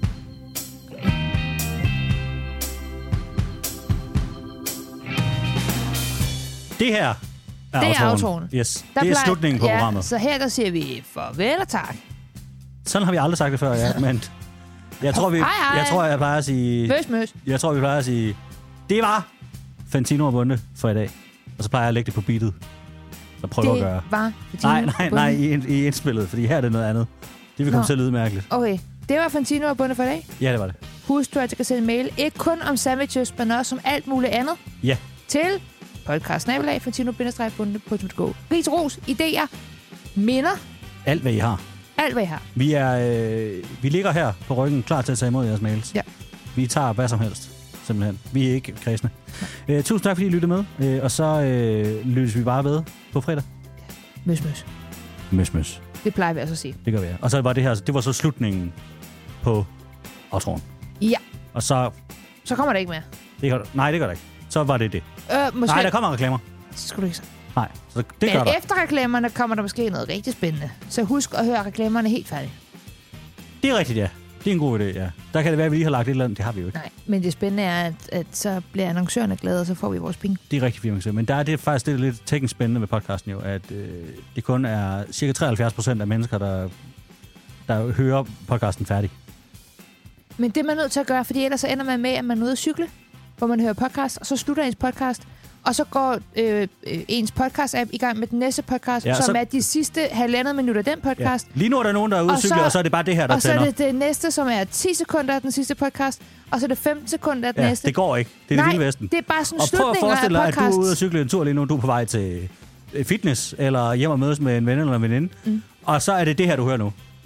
Det her er Det er outroen. outroen. Yes, Der det er plejer- slutningen på ja, programmet. Så her der siger vi farvel og tak. Sådan har vi aldrig sagt det før, ja. Men jeg tror, vi, Hej, hej. jeg tror, jeg plejer at sige... Møs, møs. Jeg tror, vi plejer at sige... Det var Fantino og Bunde for i dag. Og så plejer jeg at lægge det på beatet. Så prøver Det at gøre. var Nej, Fantino nej, og nej, Bunde. i, i indspillet, fordi her er det noget andet. Det vil komme Nå. til at lyde mærkeligt. Okay, det var Fantino og Bunde for i dag. Ja, det var det. Husk du, at du kan sende mail, ikke kun om sandwiches, men også om alt muligt andet, Ja, til podcast snabel-a fantino bindestreg bunde punktum d k. Ris, ros, idéer, minder, alt hvad I har. alt hvad I har. Vi er, øh, vi ligger her på ryggen, klar til at tage imod jeres mails. Ja. Vi tager hvad som helst, simpelthen. Vi er ikke kredsende. Øh, tusind tak, fordi I lyttede med. Øh, og så øh, lyttes vi bare ved på fredag. Møs, møs. Møs, møs. Det plejer vi altså at sige. Det gør vi, ja. Og så var det her, det var så slutningen på outroen. Ja, Og så... så kommer der ikke mere. Det gør, nej, det gør der ikke. Så var det det. Øh, måske. Nej, der kommer reklamer. Så skulle du ikke så. Nej, så det gør Men der. efter reklamerne kommer der måske noget rigtig spændende. Så husk at høre reklamerne helt færdigt. Det er rigtigt, ja. Det er en god idé, ja. Der kan det være, at vi lige har lagt et eller andet. Det har vi jo ikke. Nej, men det spændende er, at, at så bliver annoncørerne glade, og så får vi vores penge. Det er rigtig fint. Men der er det faktisk det er lidt teknisk spændende med podcasten jo, at øh, det kun er cirka treoghalvfjerds procent af mennesker, der, der hører podcasten færdig. Men det er man nødt til at gøre, fordi ellers så ender man med, at man er ude at cykle, hvor man hører podcast, og så slutter ens podcast, og så går øh, øh, ens podcast-app i gang med den næste podcast, Ja, ja, som så- er de sidste halvandet minutter af den podcast. Ja. Lige nu er der nogen, der er ude at Og cykle, så- og så er det bare det her, der Og så tænder. er det det næste, som er ti sekunder af den sidste podcast, og så er det femten sekunder af den Ja, næste. det går ikke. Det er Nej, det vilde vesten. det er bare sådan Og prøv at slutninger af forestille dig, at du podcast. er ude at cykle en tur lige nu. Du er på vej til øh, fitness, eller hjem og mødes med en ven eller en veninde. Mm. Og så er det det her, du hører nu.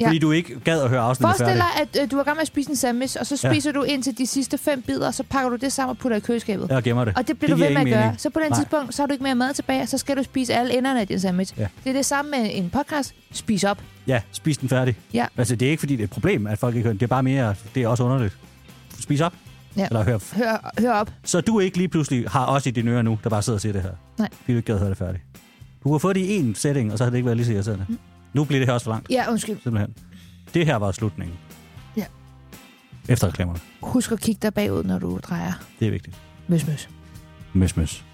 Ja. Fordi du ikke gad at høre afsnittet Forestil færdigt. dig, at øh, du er i gang med at spise en sandwich, og så spiser ja. du ind til de sidste fem bidder, og så pakker du det sammen og putter i køleskabet. Jeg gemmer det. Og det bliver det du ved med at gøre. mening. Så på den Nej. tidspunkt, så har du ikke mere mad tilbage, og så skal du spise alle enderne af din sandwich. Ja. Det er det samme med en podcast. Spis op. Ja, spis den færdig. Ja. Altså, det er ikke, fordi det er et problem, at folk ikke hører den. Det er bare mere, det er også underligt. Spis op. Ja. Eller hør. Hør, hør op. Så du ikke lige pludselig har også i dine ører nu, der bare sidder og siger det her. Nej. Fordi du ikke gad at høre det færdigt. Du kunne have fået det i én setting, og så havde det ikke været lige så irriterende. Mm. Nu bliver det her også for langt. Ja, undskyld. Simpelthen. Det her var slutningen. Ja. Efter reklamerne. Husk at kigge dig bagud, når du drejer. Det er vigtigt. Møs, møs. Møs, møs.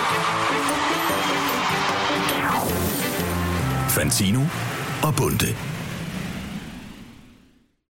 Fantino og Bunde.